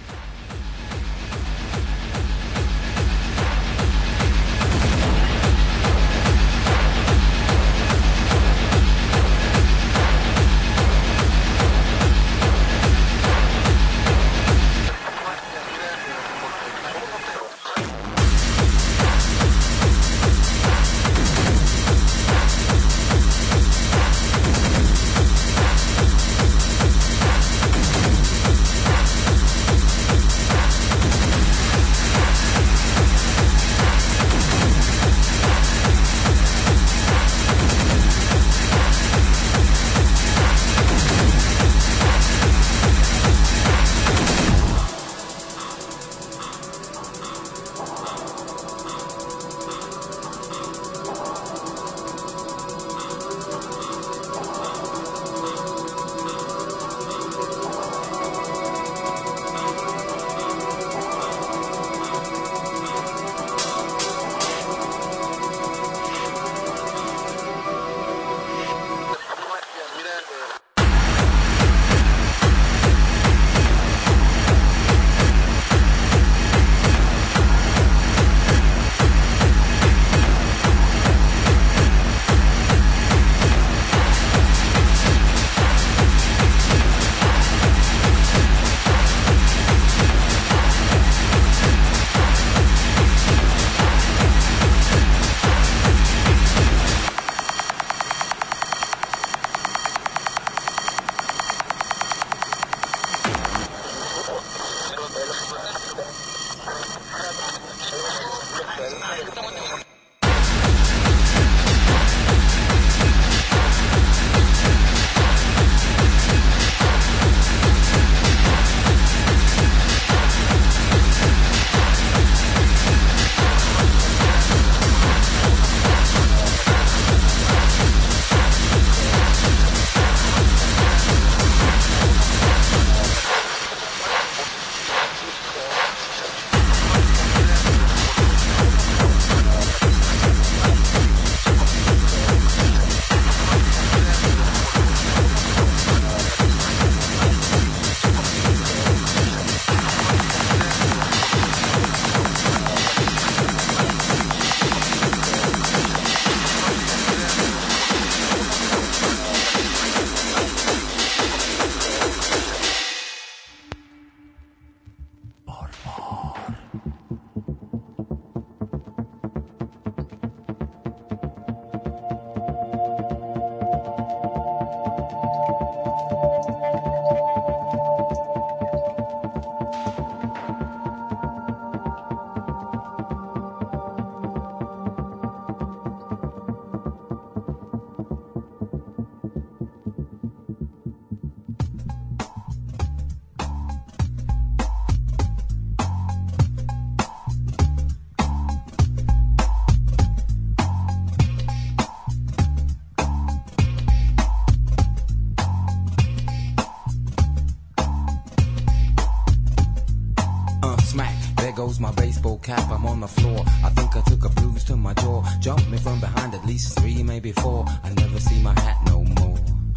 goes my baseball cap, I'm on the floor. I think I took a bruise to my jaw. Jumped me from behind at least three, maybe four. I never see my hat no more.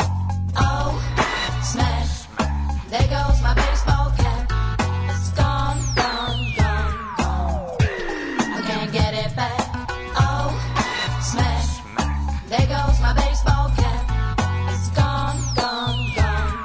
Oh, smash. There goes my baseball cap. It's gone, gone, gone, gone. I can't get it back. Oh, smash. There goes my baseball cap. It's gone, gone, gone,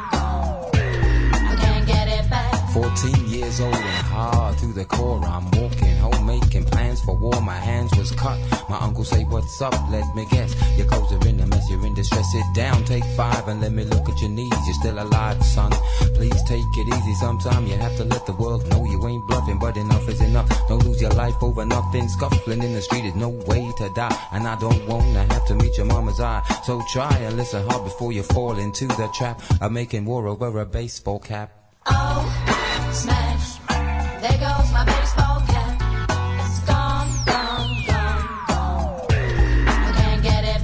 gone. I can't get it back. Fourteen years old and hard through the core. I'm walking home making plans for war. My hands was cut. My uncle say, what's up? Let me guess. Your clothes are in a mess. You're in distress. Sit down, take five and let me look at your knees. You're still alive, son. Please take it easy. Sometime you have to let the world know you ain't bluffing, but enough is enough. Don't lose your life over nothing. Scuffling in the street is no way to die. And I don't wanna have to meet your mama's eye. So try and listen hard before you fall into the trap of making war over a baseball cap. Oh, smash. There goes my baseball cap. It's gone, gone, gone, gone. I can't get it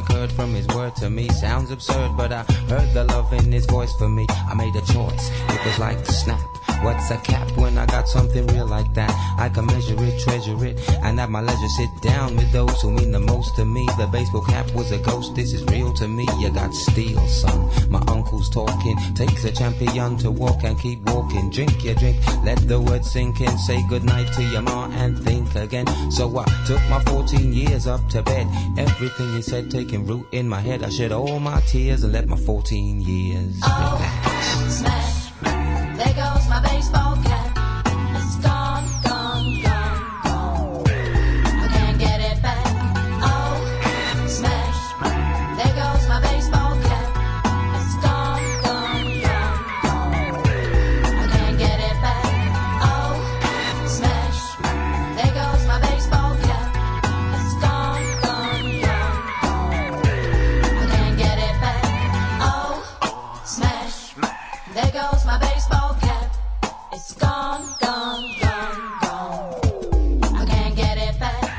occurred from his word to me. Sounds absurd, but I heard the love in his voice for me. I made a choice, it was like the snap. What's a cap when I got something real like that? I can measure it, treasure it, and at my leisure sit down with those who mean the most to me. The baseball cap was a ghost, this is real to me. You got steel, son. My uncle's talking. Takes a champion to walk and keep walking. Drink your drink, let the words sink in. Say goodnight to your ma and think again. So I took my fourteen years up to bed. Everything he said taking root in my head. I shed all my tears and let my fourteen years Oh, relax. smash. There goes my baseball cap. It's gone, gone, gone, gone. I can't get it back. Oh, smash. There goes my baseball cap. It's gone, gone, gone, gone. I can't get it back. Oh, smash. There goes my baseball cap. It's gone, gone, gone, gone. I can't get it back. Oh, smash. There goes my baseball cap. It's gone, gone, gone, gone. I can't get it back.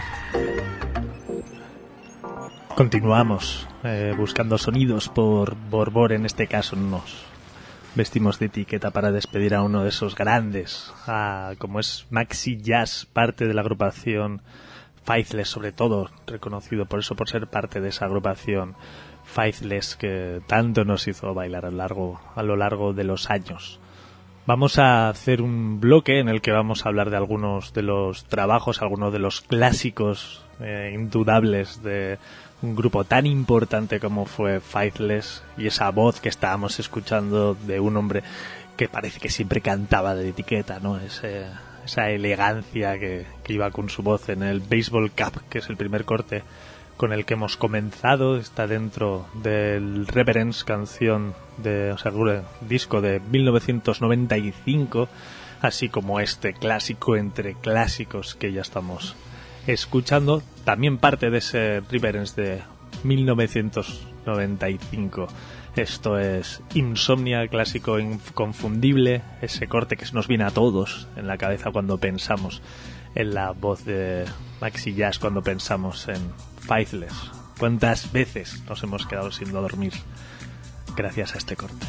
Continuamos eh, buscando sonidos por Borbor. En este caso nos vestimos de etiqueta para despedir a uno de esos grandes, a, como es Maxi Jazz, parte de la agrupación Faithless, sobre todo reconocido por eso, por ser parte de esa agrupación Faithless que tanto nos hizo bailar a lo largo, a lo largo de los años. Vamos a hacer un bloque en el que vamos a hablar de algunos de los trabajos, algunos de los clásicos eh, indudables de un grupo tan importante como fue Faithless, y esa voz que estábamos escuchando de un hombre que parece que siempre cantaba de etiqueta, ¿no? Ese, esa elegancia que, que iba con su voz en el Baseball Cap, que es el primer corte con el que hemos comenzado. Está dentro del Reverence, canción de, o sea, disco de mil novecientos noventa y cinco, así como este clásico entre clásicos que ya estamos escuchando, también parte de ese Reverence de mil novecientos noventa y cinco. Esto es Insomnia, clásico inconfundible, ese corte que nos viene a todos en la cabeza cuando pensamos en la voz de Maxi Jazz, cuando pensamos en Faithless. ¿Cuántas veces nos hemos quedado sin dormir gracias a este corte?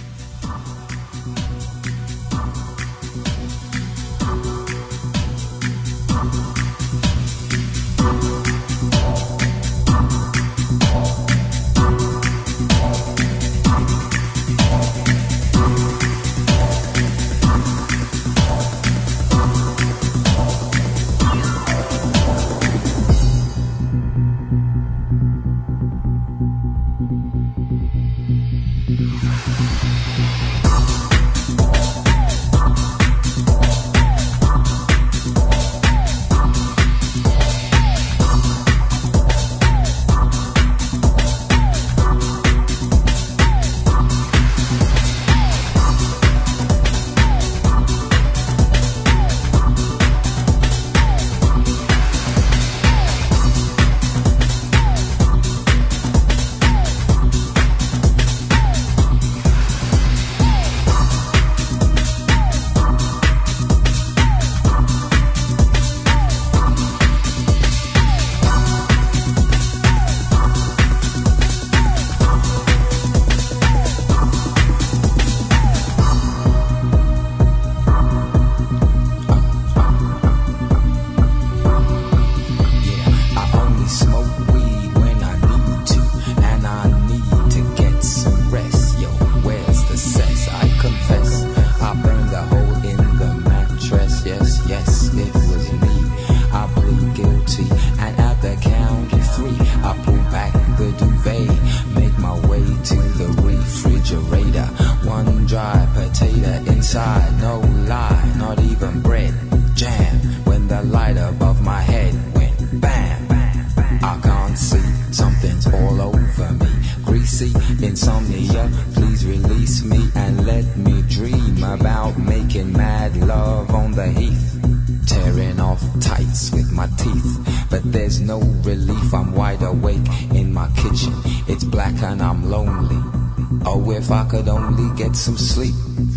If I could only get some sleep.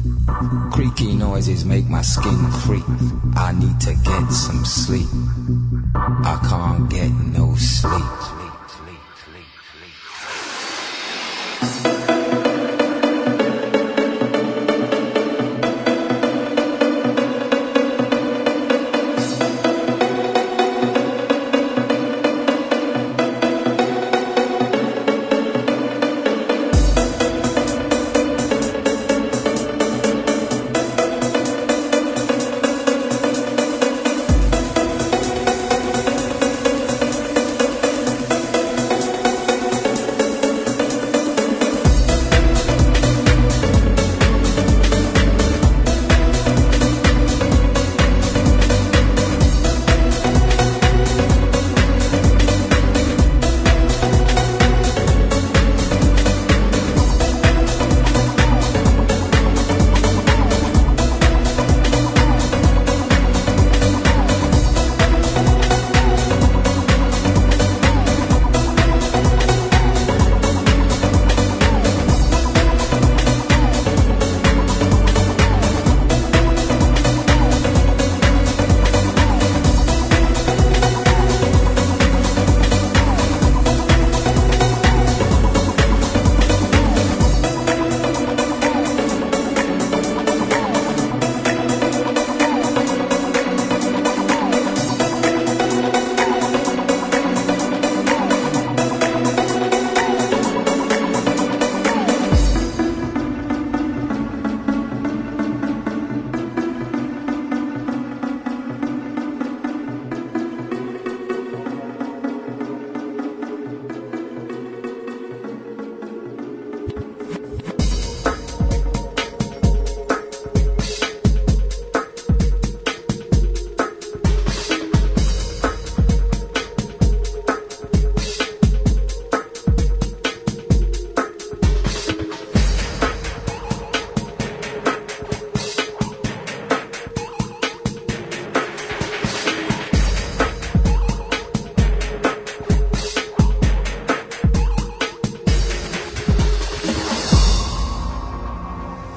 Creaky noises make my skin creep. I need to get some sleep. I can't get no sleep. Sleep, sleep, sleep, sleep.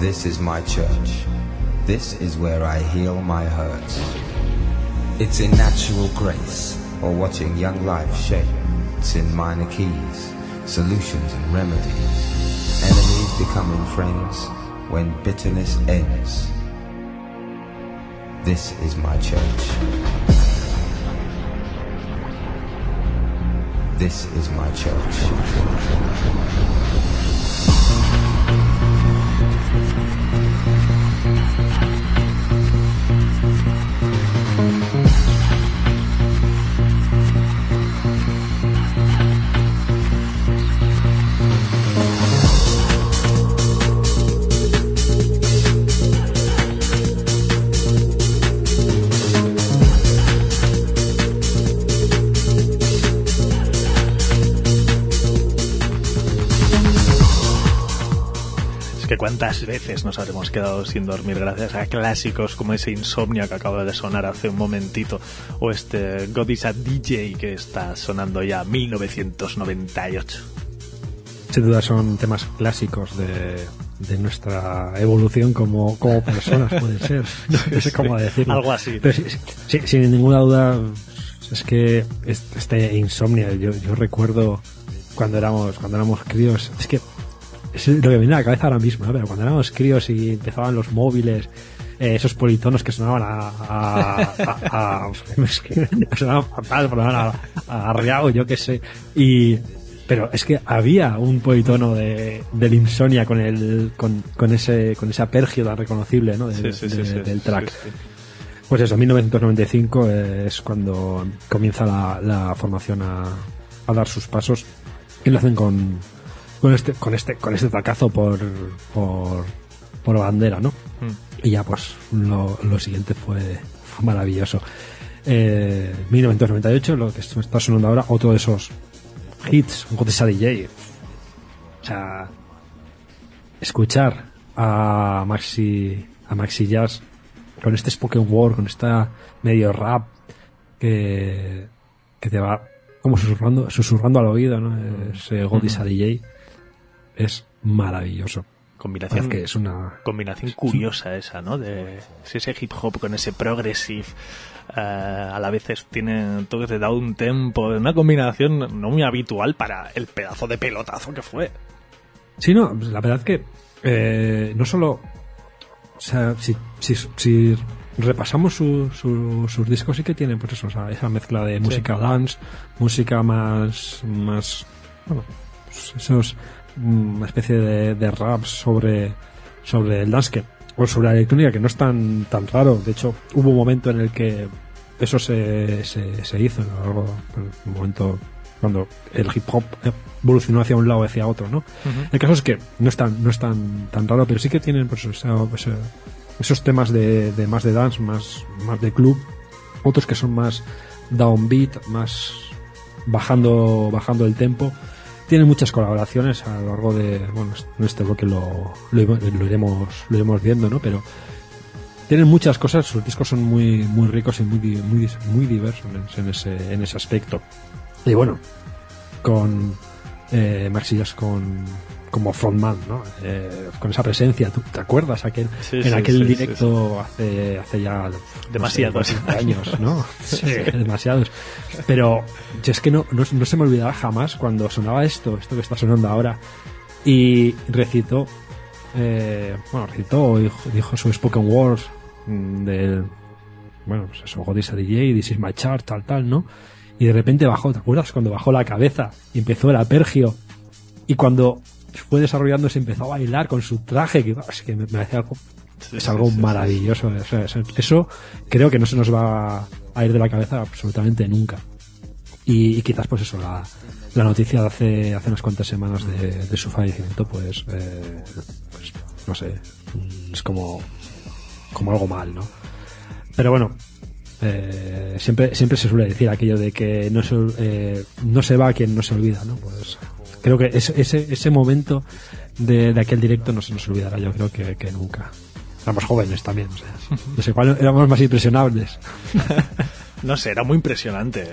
This is my church. This is where I heal my hurts. It's in natural grace, or watching young life shape. It's in minor keys, solutions and remedies. Enemies becoming friends when bitterness ends. This is my church. This is my church. ¿Cuántas veces nos habremos quedado sin dormir gracias a clásicos como ese Insomnia que acaba de sonar hace un momentito, o este God is a D J que está sonando ya mil novecientos noventa y ocho? Sin duda son temas clásicos de, de nuestra evolución como, como personas, puede ser. No sé cómo decirlo. Algo así. Pero sí, sí, sin ninguna duda, es que este Insomnia, yo, yo recuerdo cuando éramos, cuando éramos críos, es que es lo que me viene a la cabeza ahora mismo, ¿no? Pero cuando éramos críos y empezaban los móviles, eh, esos politonos que sonaban a a, a, a, a sonaban fatal, sonaban a, a arriago, yo qué sé, y pero es que había un politono de del Insomnia con el con, con ese con ese apergio tan reconocible, ¿no? De, sí, sí, de, sí, del sí, track. sí, sí. Pues eso, mil novecientos noventa y cinco es cuando comienza la, la formación a, a dar sus pasos, y lo hacen con con este con este con este tacazo por por por bandera, ¿no? Mm. Y ya pues lo, lo siguiente fue, fue maravilloso. eh, mil novecientos noventa y ocho, lo que está sonando ahora, otro de esos hits, un God is a D J. O sea, escuchar a Maxi a Maxi Jazz con este spoken word, con esta medio rap que que te va como susurrando susurrando al oído, ¿no? Ese God is a D J es maravilloso. Combinación, que es una combinación curiosa esa, ¿no? De ese hip hop con ese progressive, uh, a la vez es, tiene toques de down tempo, una combinación no muy habitual para el pedazo de pelotazo que fue. Sí, no, la verdad que eh, no solo, o sea, si, si, si repasamos su, su, sus discos, sí que tienen pues eso, o sea, esa mezcla de música sí. dance, música más, más, bueno, pues esos una especie de, de rap sobre sobre el dance que, o sobre la electrónica, que no es tan tan raro. De hecho, hubo un momento en el que eso se, se, se hizo, ¿no? Algo, un momento cuando el hip hop evolucionó hacia un lado o hacia otro, ¿no? Uh-huh. El caso es que no es tan, no es tan, tan raro, pero sí que tienen pues, esa, esa, esos temas de, de más de dance, más, más de club, otros que son más downbeat, más bajando bajando el tempo. Tienen muchas colaboraciones a lo largo de, bueno, en este bloque lo, lo, lo iremos lo iremos viendo, ¿no? Pero tienen muchas cosas, sus discos son muy muy ricos y muy muy muy diversos en ese en ese aspecto. Y bueno, con eh, Maxi Jazz con como frontman, ¿no? Eh, con esa presencia, ¿tú te acuerdas aquel sí, en sí, aquel sí, hace sí. hace hace ya demasiados no sé, años, ¿no? Sí, demasiados. Pero yo es que no, no no se me olvidaba jamás cuando sonaba esto, esto que está sonando ahora, y recitó eh, bueno, recitó dijo, dijo su spoken words del, bueno, pues eso, God is a D J, This is my chart, tal tal, ¿no? Y de repente bajó, ¿te acuerdas? Cuando bajó la cabeza y empezó el apergio, y cuando fue desarrollando se empezó a bailar con su traje, que es que me parece algo, sí, es algo sí, sí, maravilloso. Sí, sí. O sea, eso creo que no se nos va a ir de la cabeza absolutamente nunca. Y, y quizás pues eso, la, la noticia de hace, hace unas cuantas semanas de, de su fallecimiento, pues, eh, pues no sé, es como, como algo mal, ¿no? Pero bueno, eh, siempre, siempre se suele decir aquello de que no se, eh, no se va quien no se olvida, ¿no? Pues creo que ese, ese, ese momento de, de aquel directo no se nos olvidará, yo creo que, que nunca. Éramos jóvenes también, o sea, no sé cuál éramos más impresionables. No sé, era muy impresionante.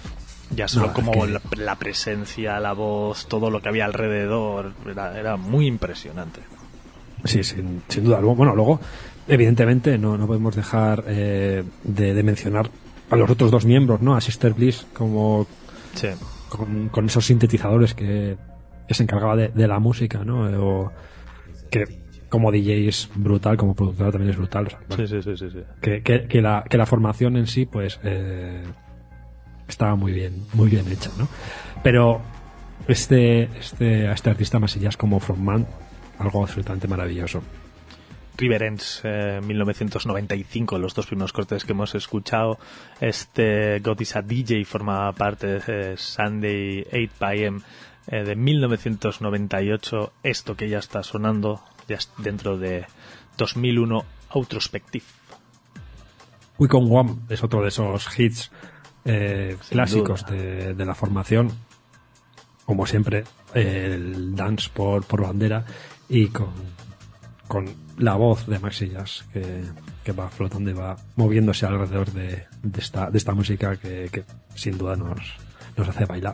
Ya solo no, como que... la, la presencia, la voz, todo lo que había alrededor, era, era muy impresionante. Sí, sin, sin duda. Luego- Bueno, luego, evidentemente, no, no podemos dejar eh, de, de mencionar a los otros dos miembros, ¿no? A Sister Bliss, como Sí. con, con esos sintetizadores que, que se encargaba de, de la música, ¿no? Eh, O que como D J es brutal, como productora también es brutal. O sea, bueno, Sí, sí, sí, sí, sí. que, que, que la, que la formación en sí, pues, eh, estaba muy bien, muy bien hecha, ¿no? Pero este, este, a este artista Masillas como frontman, algo absolutamente maravilloso. Riverence, eh, mil novecientos noventa y cinco, los dos primeros cortes que hemos escuchado. Este God is a D J formaba parte de eh, Sunday eight p m eh, de mil novecientos noventa y ocho. Esto que ya está sonando ya es dentro de dos mil uno, Outrospective. We Come One es otro de esos hits eh, Sin clásicos duda. de, de la formación. Como siempre, el dance por, por bandera y con, con la voz de Maxillas que, que va flotando y va moviéndose alrededor de, de, esta, de esta música que, que sin duda nos, nos hace bailar.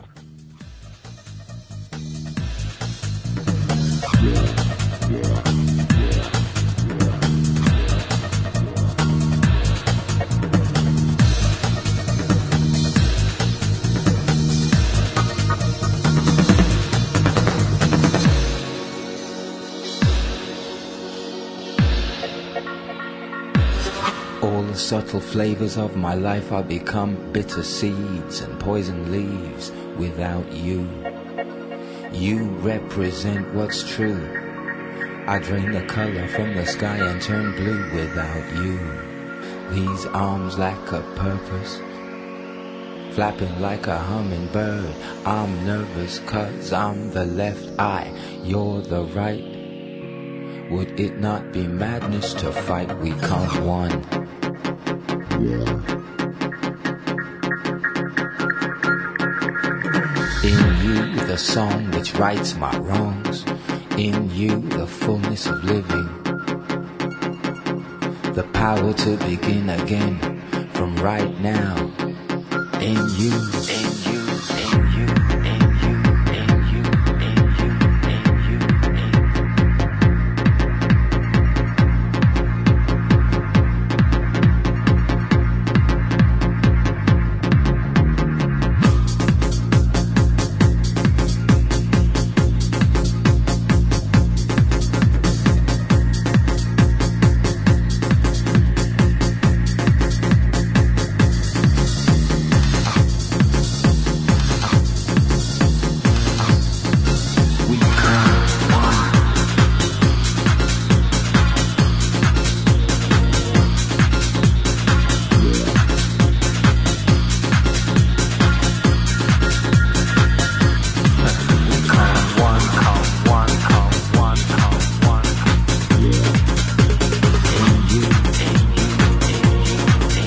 All the subtle flavors of my life are become bitter seeds and poison leaves without you. You represent what's true. I drain the color from the sky and turn blue without you. These arms lack a purpose, flapping like a hummingbird. I'm nervous 'cause I'm the left eye, you're the right. Would it not be madness to fight? We come one. In you, the song which rights my wrongs. In you, the fullness of living. The power to begin again from right now. In you, in you, in you, in you, in you, in you, in you, in you. We come one. We come one, come one, come one, come one. In you, in you, in you, in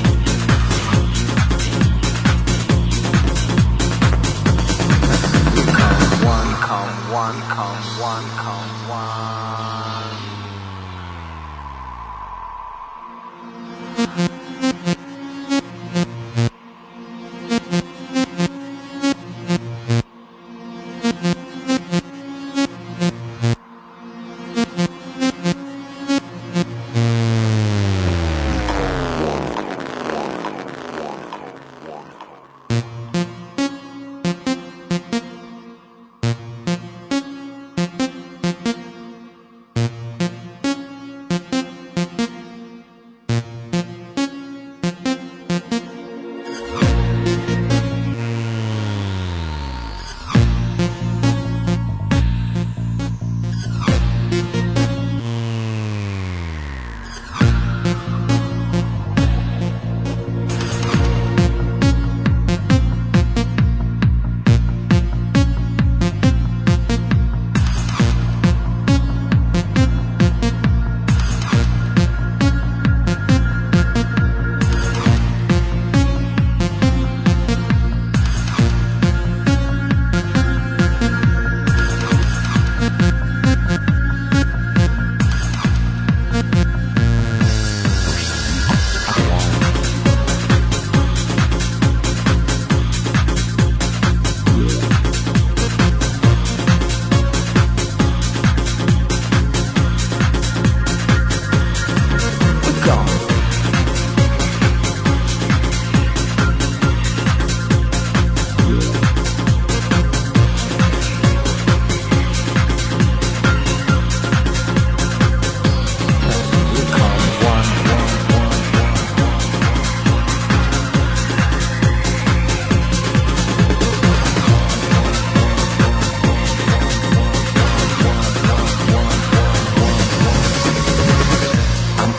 you. We come one, come one, come one, come one.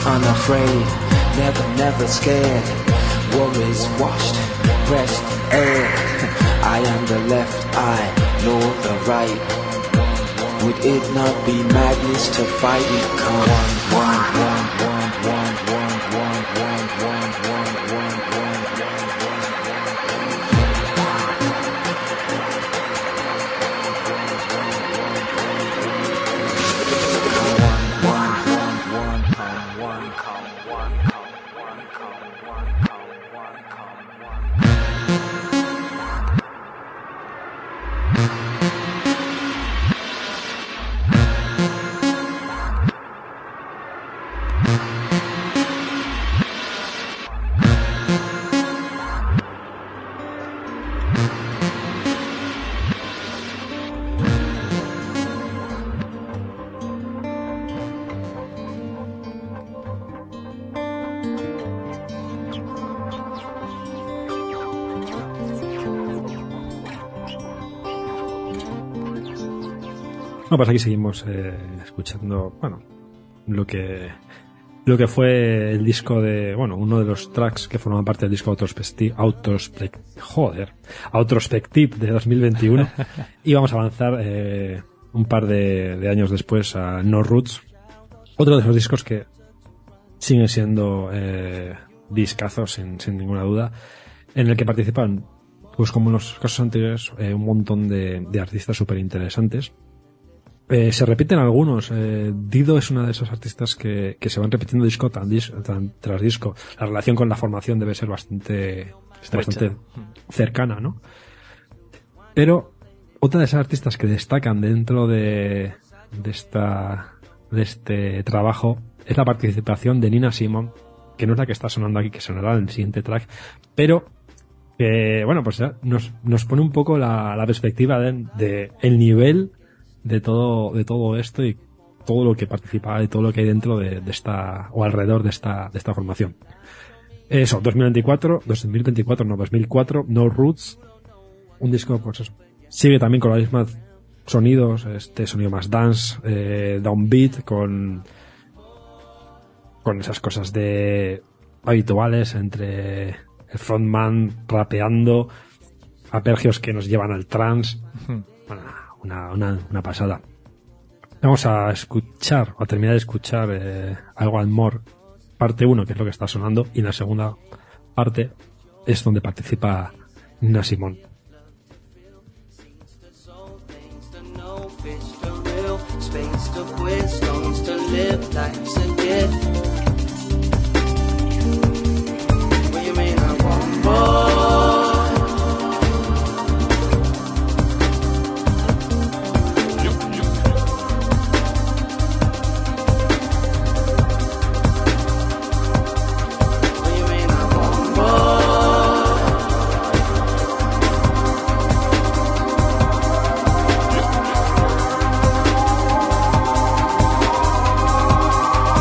unafraid, never, never scared. Worries washed, breast air. I am the left eye, nor the right. Would it not be madness to fight it? Come on, one, one, one, one, one, one, one, one, one, one, one, No, pues aquí seguimos eh, escuchando, bueno, lo que lo que fue el disco de, bueno, uno de los tracks que forman parte del disco Autospective, Autospect, joder, Autospective de dos mil veintiuno. Y vamos a avanzar eh, un par de, de años después a No Roots, otro de esos discos que siguen siendo eh, discazos sin, sin ninguna duda, en el que participan, pues como en los casos anteriores, eh, un montón de, de artistas súper interesantes. Eh, se repiten algunos. Eh, Dido es una de esos artistas que, que se van repitiendo disco tan, dis, tan, tras disco. La relación con la formación debe ser bastante, bastante cercana, ¿no? Pero otra de esas artistas que destacan dentro de, de esta, de este trabajo es la participación de Nina Simone, que no es la que está sonando aquí, que sonará en el siguiente track, pero que, bueno, pues ya nos, nos pone un poco la, la perspectiva de, de el nivel de todo de todo esto y todo lo que participa y todo lo que hay dentro de, de esta o alrededor de esta de esta formación. Eso, dos mil veinticuatro, dos mil veinticuatro no, dos mil cuatro, No Roots, un disco, pues eso, sigue también con los mismos sonidos, este sonido más dance, eh, downbeat, con con esas cosas de habituales entre el frontman rapeando, arpegios que nos llevan al trance. Bueno, Una, una, una pasada. Vamos a escuchar, o a terminar de escuchar eh, Algo and More, parte uno, que es lo que está sonando, y en la segunda parte es donde participa Nina Simone. one.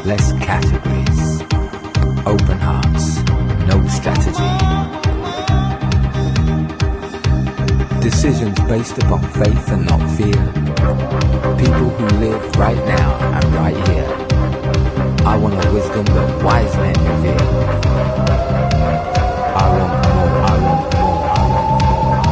less categories, open hearts, no strategy. Decisions based upon faith and not fear. People who live right now and right here. I want a wisdom that wise men revere. I want more, I want more, I want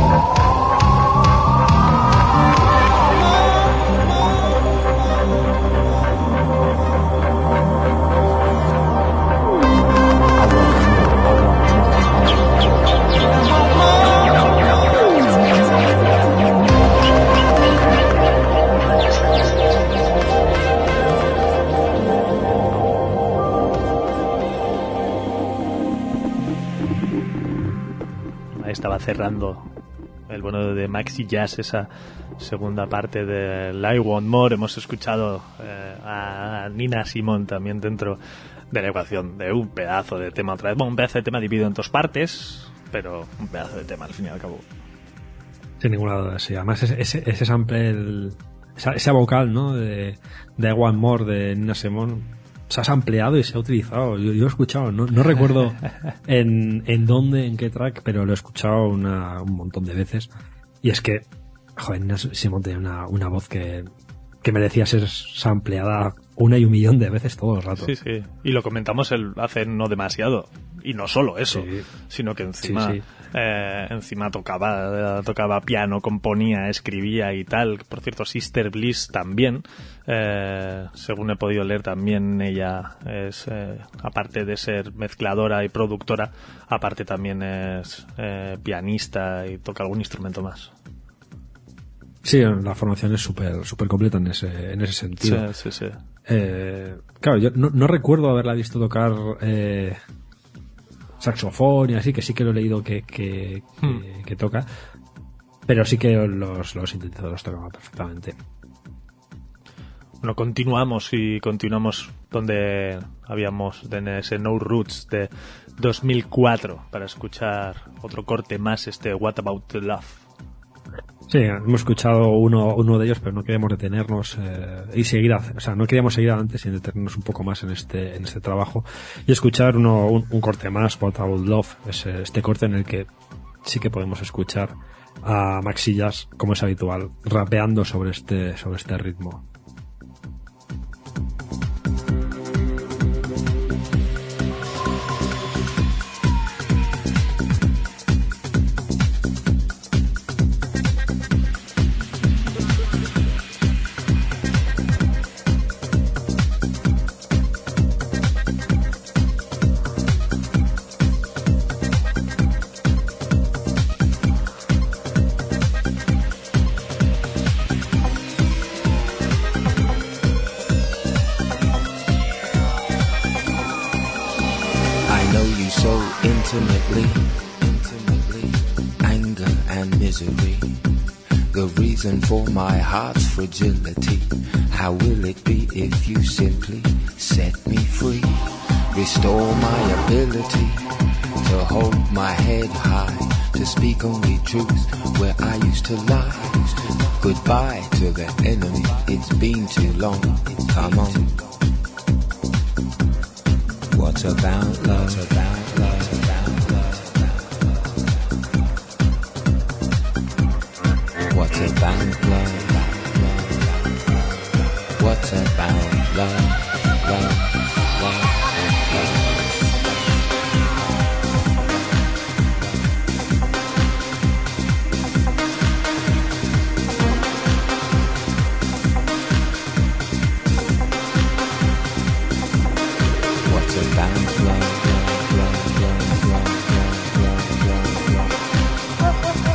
Estaba cerrando el bueno de Maxi Jazz, esa segunda parte de I Want More. Hemos escuchado eh, a Nina Simone también dentro de la ecuación de un pedazo de tema otra vez. Bueno, un pedazo de tema dividido en dos partes, pero un pedazo de tema al fin y al cabo. Sin ninguna duda, sí. Además ese, ese, ese sample, el, esa, esa vocal, ¿no? De, de I Want More de Nina Simone se ha sampleado y se ha utilizado. Yo, yo he escuchado, no, no recuerdo en, en dónde, en qué track, pero lo he escuchado una, un montón de veces. Y es que, joder, Nina Simone tiene una, una voz que, que merecía ser sampleada una y un millón de veces todo el rato. Sí, sí. Y lo comentamos el, hace no demasiado. Y no solo eso, sí, sino que encima sí, sí. Eh, encima tocaba tocaba piano, componía, escribía y tal. Por cierto, Sister Bliss también, eh, según he podido leer, también ella es, eh, aparte de ser mezcladora y productora, aparte también es eh, pianista y toca algún instrumento más. Sí, la formación es súper súper completa en ese en ese sentido. Sí, sí, sí. Eh, claro, yo no, no recuerdo haberla visto tocar eh, saxofón y así, que sí que lo he leído que, que, Hmm. que, que toca, pero sí que los, los sintetizadores tocaban perfectamente. Bueno, continuamos y continuamos donde habíamos en ese No Roots de dos mil cuatro para escuchar otro corte más, este What About Love. Sí, hemos escuchado uno, uno de ellos, pero no queríamos detenernos eh, y seguir, a- o sea, no queríamos seguir adelante sin detenernos un poco más en este en este trabajo y escuchar uno, un, un corte más, What About Love, es eh, este corte en el que sí que podemos escuchar a Maxi Jazz, como es habitual, rapeando sobre este sobre este ritmo. I know you so intimately, intimately, anger and misery. The reason for my heart's fragility. How will it be if you simply set me free? Restore my ability to hold my head high, to speak only truth where I used to lie. Goodbye to the enemy, it's been too long. Come on. What about love? What about love? What about love? What about love? What about love? Love, love, love. What about love? Love, love, love, love, love, love, love, love.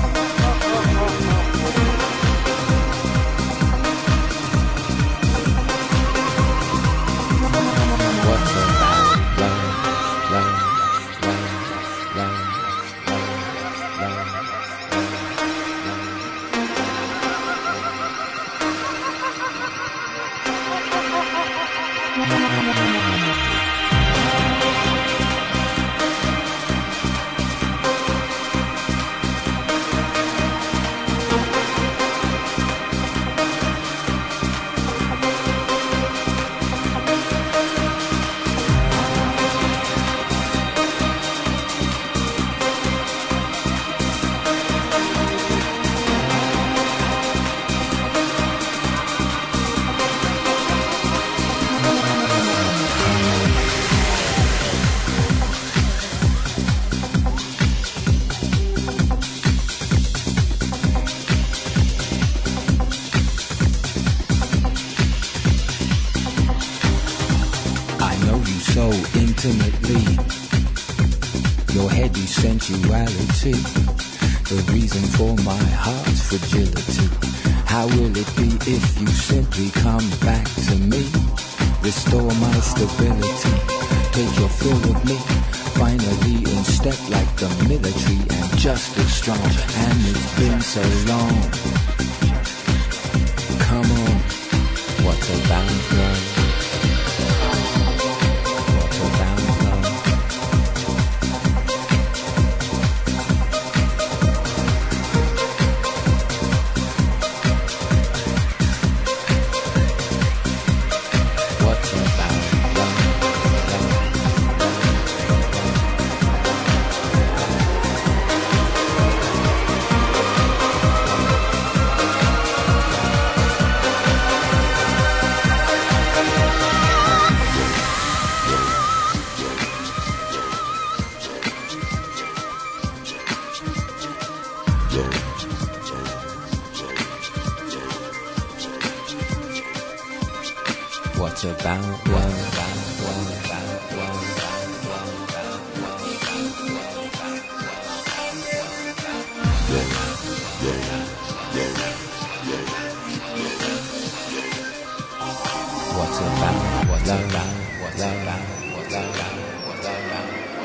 What about love? Love, love, love, love, love, so intimately. Your heady sensuality, the reason for my heart's fragility. How will it be if you simply come back to me? Restore my stability, take your fill of me. Finally in step like the military and just as strong. And it's been so long. Come on, what's about love? What's about love? What's about love? What's about love? What's about what's about what's about what's about what's about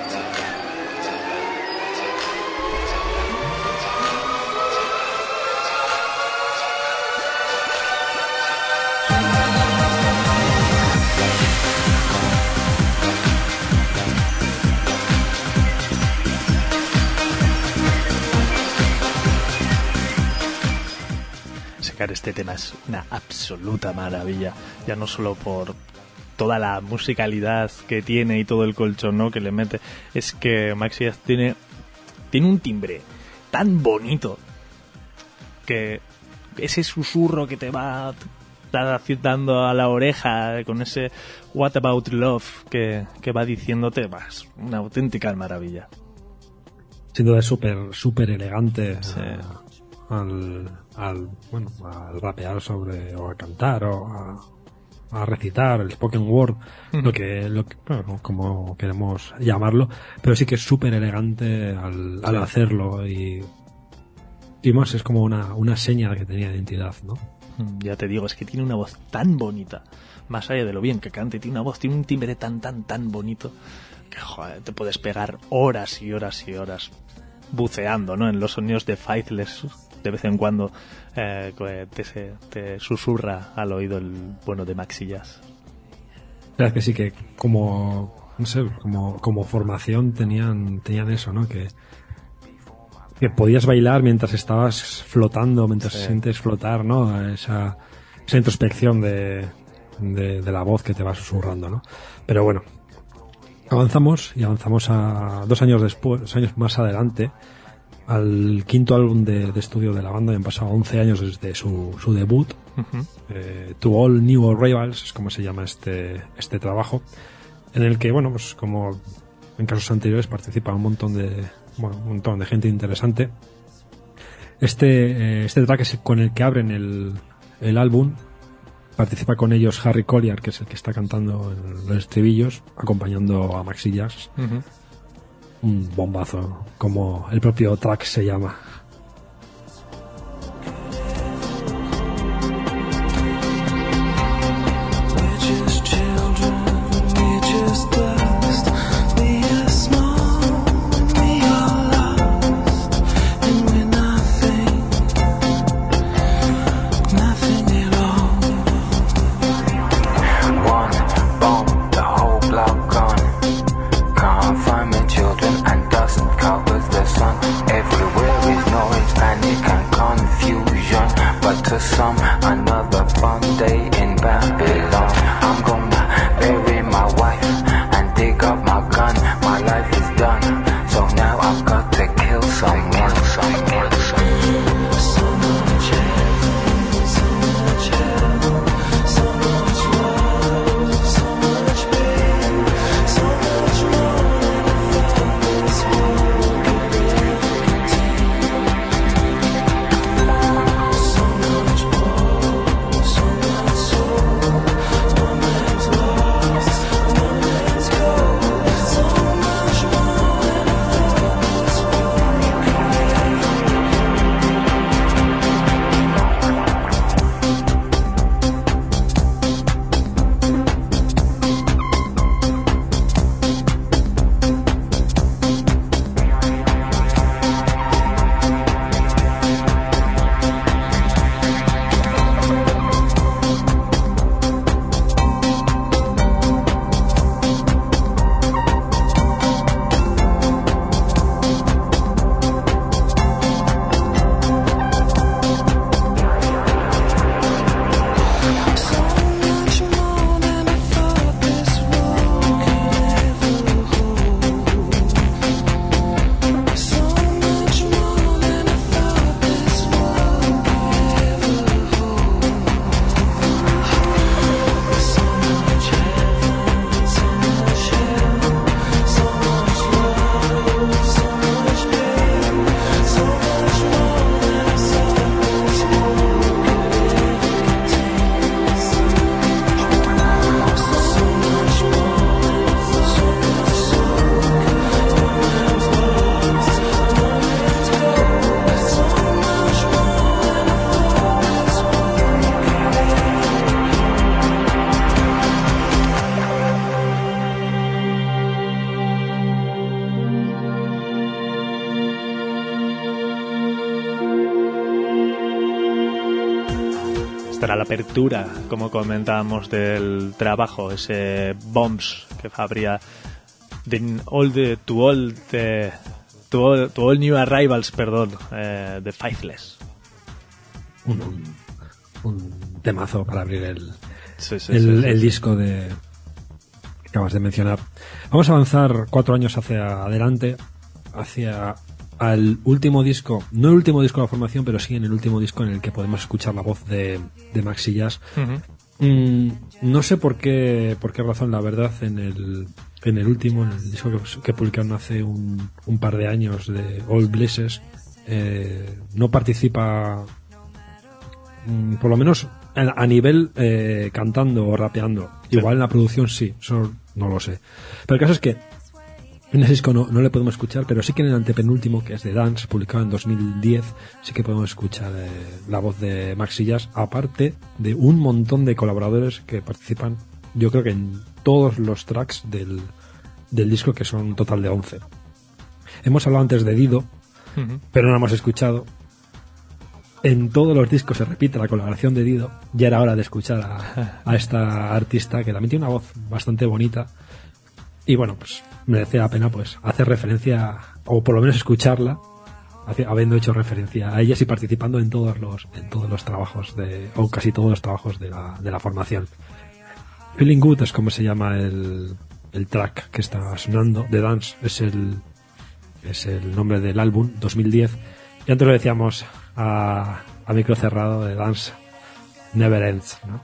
Sacar este tema es una absoluta maravilla, ya no solo por toda la musicalidad que tiene y todo el colchón, ¿no?, que le mete, es que Maxi Jazz tiene tiene un timbre tan bonito que ese susurro que te va dando a la oreja con ese What About Love que, que va diciéndote, va, es una auténtica maravilla. Sin duda es súper súper elegante. Sí. Al, al bueno al rapear sobre o a cantar o a, a recitar el spoken word, uh-huh. lo que lo que bueno, como queremos llamarlo, pero sí que es súper elegante al, al hacerlo y y más es como una una seña que tenía de identidad, ¿no? Ya te digo, es que tiene una voz tan bonita, más allá de lo bien que cante, tiene una voz, tiene un timbre tan tan tan bonito que joder, te puedes pegar horas y horas y horas buceando, ¿no?, en los sonidos de Faithless. De vez en cuando eh, te, te susurra al oído el bueno de Maxi Jazz. La verdad es que sí, que como no sé, como, como formación tenían tenían eso, ¿no?, que que podías bailar mientras estabas flotando, mientras sí. sientes flotar, ¿no?, esa, esa introspección de, de, de la voz que te va susurrando, ¿no? Pero bueno, avanzamos y avanzamos a dos años después, dos años más adelante, al quinto álbum de, de estudio de la banda. Han pasado once años desde su, su debut. Uh-huh. eh, To All New Arrivals es como se llama este este trabajo, en el que, bueno, pues como en casos anteriores participa un montón de bueno, un montón de gente interesante. Este eh, este track es con el que abren el, el álbum. Participa con ellos Harry Collier, que es el que está cantando en los estribillos, acompañando a Maxi Jazz. Uh-huh. Un bombazo, como el propio track se llama. Find my children and dust covers the sun. Everywhere is no para la apertura, como comentábamos, del trabajo, ese Bombs que habría de all the, to all the, to all, to all new arrivals, perdón, eh, de Faithless. Un, un, un temazo para abrir el, sí, sí, el, sí, sí, el sí. disco de que acabas de mencionar. Vamos a avanzar cuatro años hacia adelante, hacia al último disco, no el último disco de la formación, pero sí en el último disco en el que podemos escuchar la voz de, de Maxi Jazz. Uh-huh. Mm, no sé por qué, por qué razón, la verdad, en el, en el último, en el disco que, que publicaron hace un, un par de años de All Blesses, eh, no participa, mm, por lo menos a, a nivel eh, cantando o rapeando. Sí. Igual en la producción sí, eso no lo sé. Pero el caso es que en ese disco no, no le podemos escuchar, pero sí que en el antepenúltimo, que es de Dance, publicado en dos mil diez, sí que podemos escuchar eh, la voz de Maxi Jazz, aparte de un montón de colaboradores que participan, yo creo que en todos los tracks del, del disco, que son un total de once. Hemos hablado antes de Dido, Uh-huh. pero no la hemos escuchado. En todos los discos se repite la colaboración de Dido. Ya era hora de escuchar a, a esta artista, que también tiene una voz bastante bonita. Y bueno, pues merece la pena pues hacer referencia, o por lo menos escucharla, haci- habiendo hecho referencia a ellas y participando en todos los en todos los trabajos de, o casi todos los trabajos de la, de la formación. Feeling Good es como se llama el, el track que está sonando. The Dance es el es el nombre del álbum, dos mil diez. Y antes lo decíamos a, a micro cerrado, The Dance Never Ends, ¿no?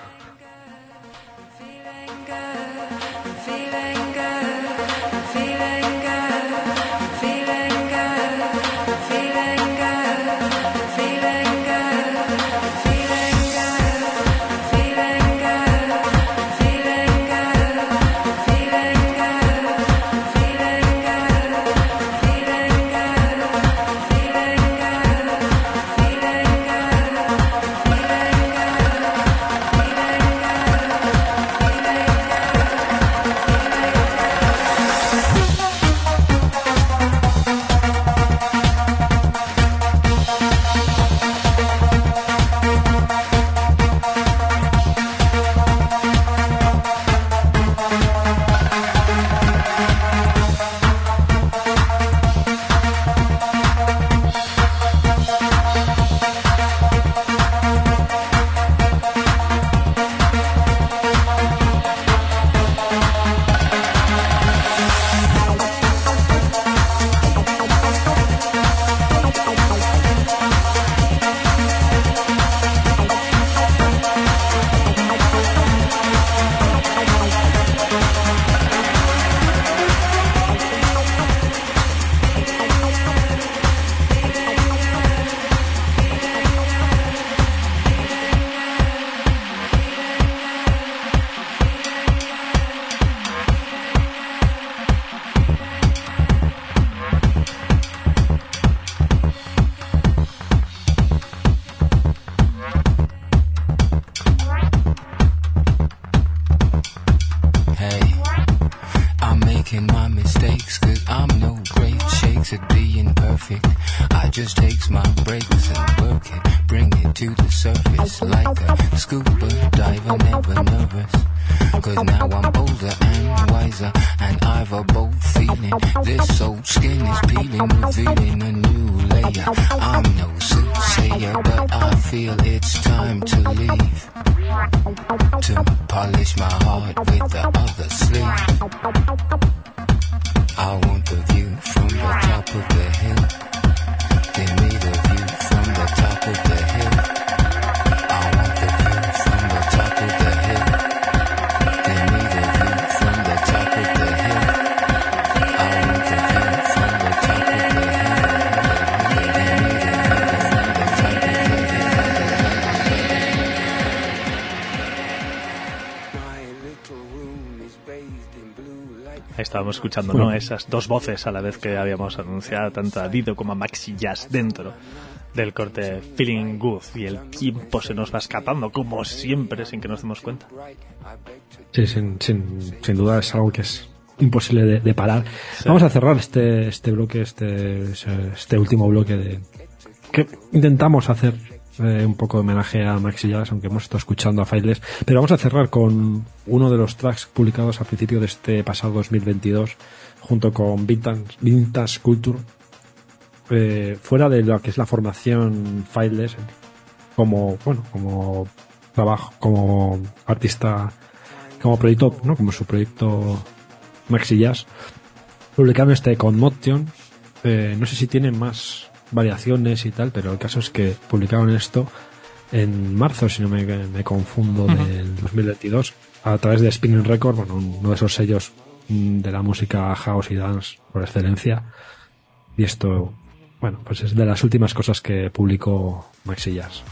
Just takes my breaks and work it, bring it to the surface like a scuba diver, never nervous. Cause now I'm older and wiser, and I've a bold feeling. This old skin is peeling, revealing a new layer. I'm no soothsayer, but I feel it's time to leave, to polish my heart with the other sleeve. I want the view from the top of the hill. Give me the view from the top of the hill. I want the view from the top of the hill. Give me the view from the top of the hill. I want the view from the top of the hill. Give me the view from the top of the hill. My little room is bathed in blue light. Ahí estábamos escuchando, ¿no? Esas dos voces a la vez que habíamos anunciado, tanto a Dido como a Maxi Jazz dentro del corte Feeling Good, y el tiempo se nos va escapando como siempre sin que nos demos cuenta. Sí, sin, sin, sin duda es algo que es imposible de, de parar. Sí. Vamos a cerrar este este bloque, este este último bloque de que intentamos hacer eh, un poco de homenaje a Maxi Jazz, aunque hemos estado escuchando a Faithless. Pero vamos a cerrar con uno de los tracks publicados a principio de este pasado dos mil veintidós, junto con Vintage, Vintage Culture, eh, fuera de lo que es la formación Faithless, como, bueno, como trabajo, como artista, como proyecto, ¿no? Como su proyecto Maxi Jazz. Publicaron este Conmotion, eh, no sé si tienen más variaciones y tal, pero el caso es que publicaron esto en marzo, si no me, me confundo, uh-huh. del dos mil veintidós, a través de Spinning Record, bueno, uno de esos sellos de la música house y dance por excelencia. Y esto, bueno, pues es de las últimas cosas que publicó Maxi Jazz.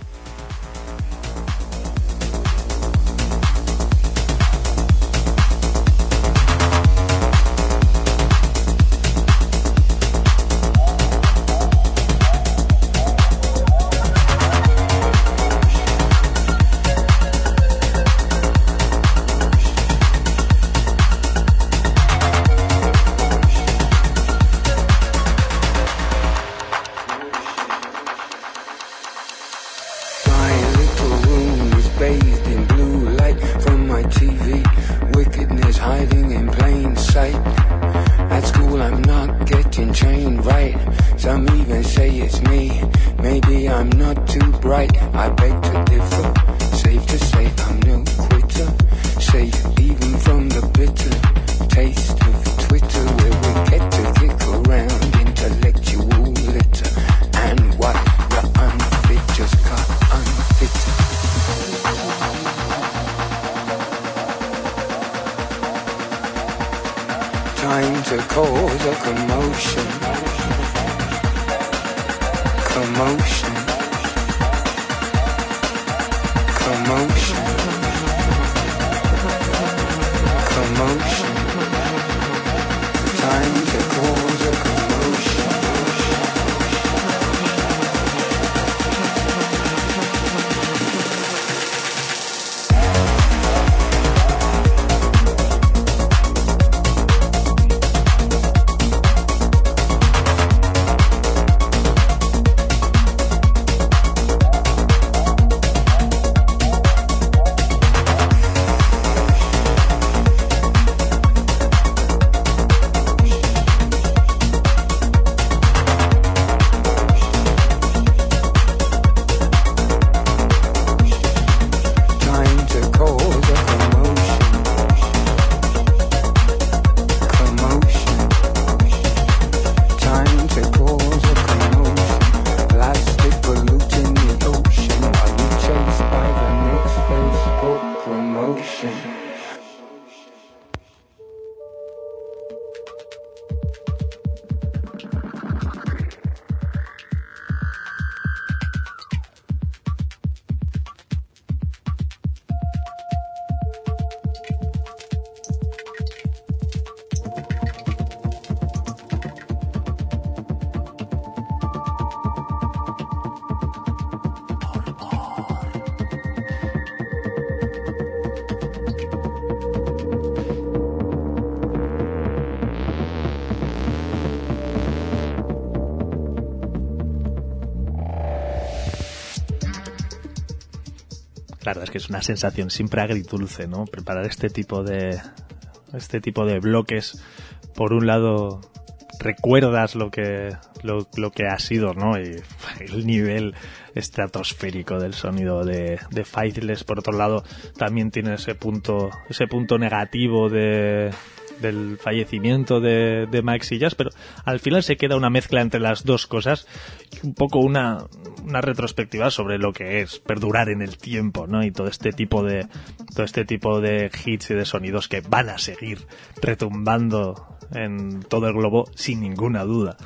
La verdad es que es una sensación siempre agridulce, ¿no? Preparar este tipo de este tipo de bloques. Por un lado, recuerdas lo que lo, lo que ha sido, ¿no? Y el nivel estratosférico del sonido de, de Faithless. Por otro lado, también tiene ese punto ese punto negativo de del fallecimiento de, de Maxi Jazz, pero al final se queda una mezcla entre las dos cosas y un poco una, una retrospectiva sobre lo que es perdurar en el tiempo, ¿no? Y todo este tipo de todo este tipo de hits y de sonidos que van a seguir retumbando en todo el globo sin ninguna duda.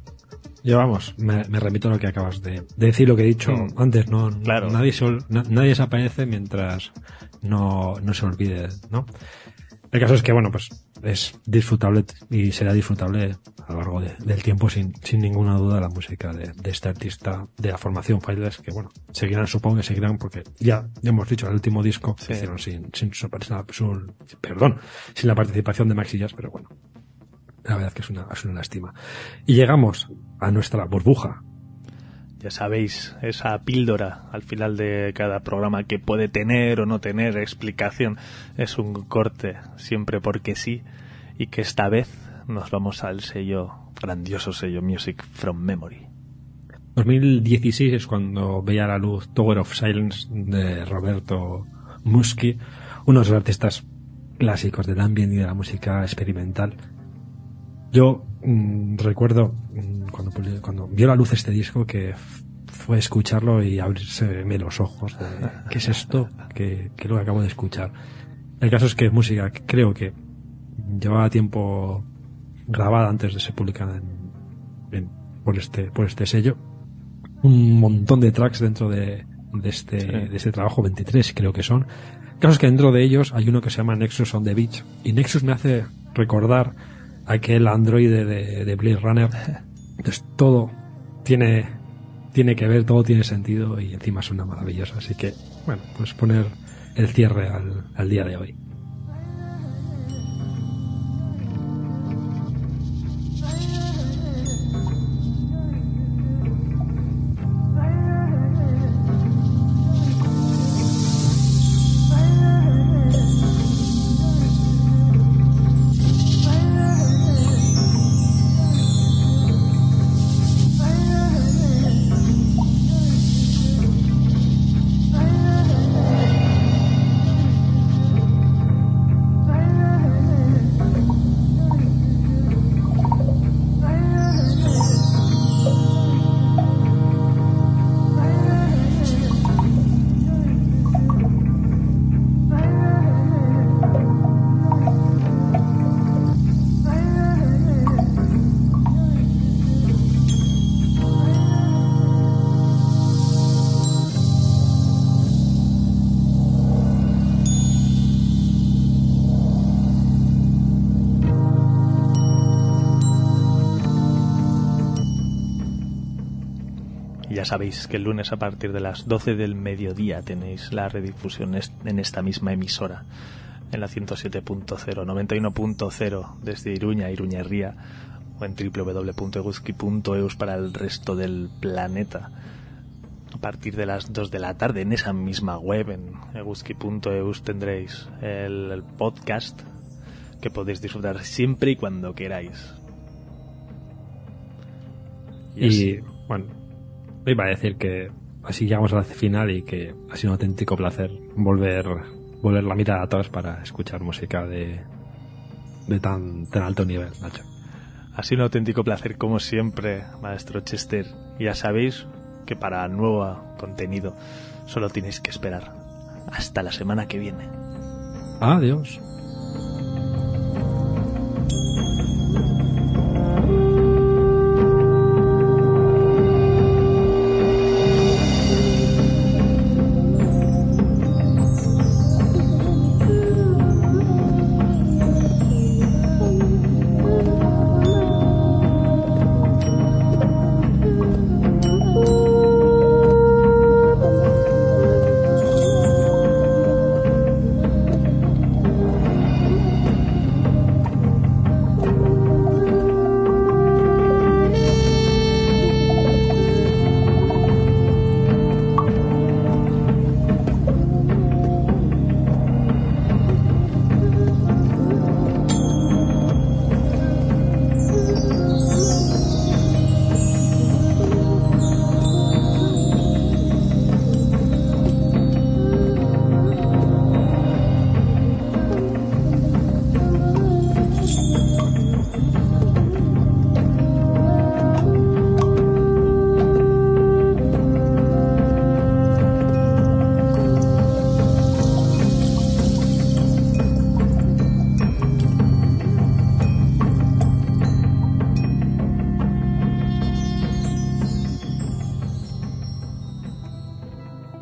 Yo, vamos, me, me remito a lo que acabas de, de decir, lo que he dicho mm. antes, ¿no? Claro. Nadie, sol, na, nadie desaparece mientras no, no se olvide, ¿no? El caso es que, bueno, pues es disfrutable y será disfrutable a lo largo de, del tiempo sin, sin ninguna duda la música de, de este artista de la formación Faithless, que bueno, seguirán, supongo que seguirán, porque ya, ya hemos dicho, el último disco sí. hicieron sin, sin su, su, perdón, sin la participación de Maxi Jazz, pero bueno, la verdad es que es una, es una lástima. Y llegamos a nuestra burbuja. Ya sabéis, esa píldora al final de cada programa que puede tener o no tener explicación es un corte siempre porque sí, y que esta vez nos vamos al sello, grandioso sello Music from Memory. dos mil dieciséis es cuando veía a la luz Tower of Silence de Roberto Muschi, uno de los artistas clásicos del ambient y de la música experimental. Yo mmm, recuerdo mmm, cuando, cuando vio la luz este disco que f- fue escucharlo y abrirse los ojos de ¿qué es esto? ¿Qué, qué es lo que acabo de escuchar? El caso es que es música que creo que llevaba tiempo grabada antes de ser publicada en, en, por este por este sello. Un montón de tracks dentro de, de este sí. de este trabajo, veintitrés creo que son. El caso es que dentro de ellos hay uno que se llama Nexus on the Beach, y Nexus me hace recordar aquel androide de, de Blade Runner. Entonces todo tiene tiene que ver, todo tiene sentido, y encima suena maravilloso. Así que, bueno, pues poner el cierre al, al día de hoy. Ya sabéis que el lunes a partir de las doce del mediodía tenéis la redifusión en esta misma emisora, en la ciento siete punto cero, noventa y uno punto cero desde Iruña, Iruñerría, o en doble u doble u doble u punto eguzki punto eus para el resto del planeta. A partir de las dos de la tarde en esa misma web, en eguzki punto eus, tendréis el, el podcast que podéis disfrutar siempre y cuando queráis. Y, y bueno, iba a decir que así llegamos a la final y que ha sido un auténtico placer volver volver la mirada a todos para escuchar música de de tan, tan alto nivel, Nacho. Ha sido un auténtico placer como siempre, maestro Chester. Ya sabéis que para nuevo contenido solo tenéis que esperar hasta la semana que viene. Adiós.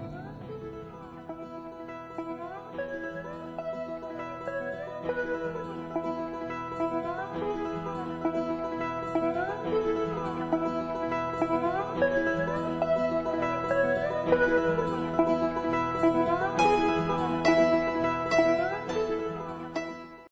Thank you.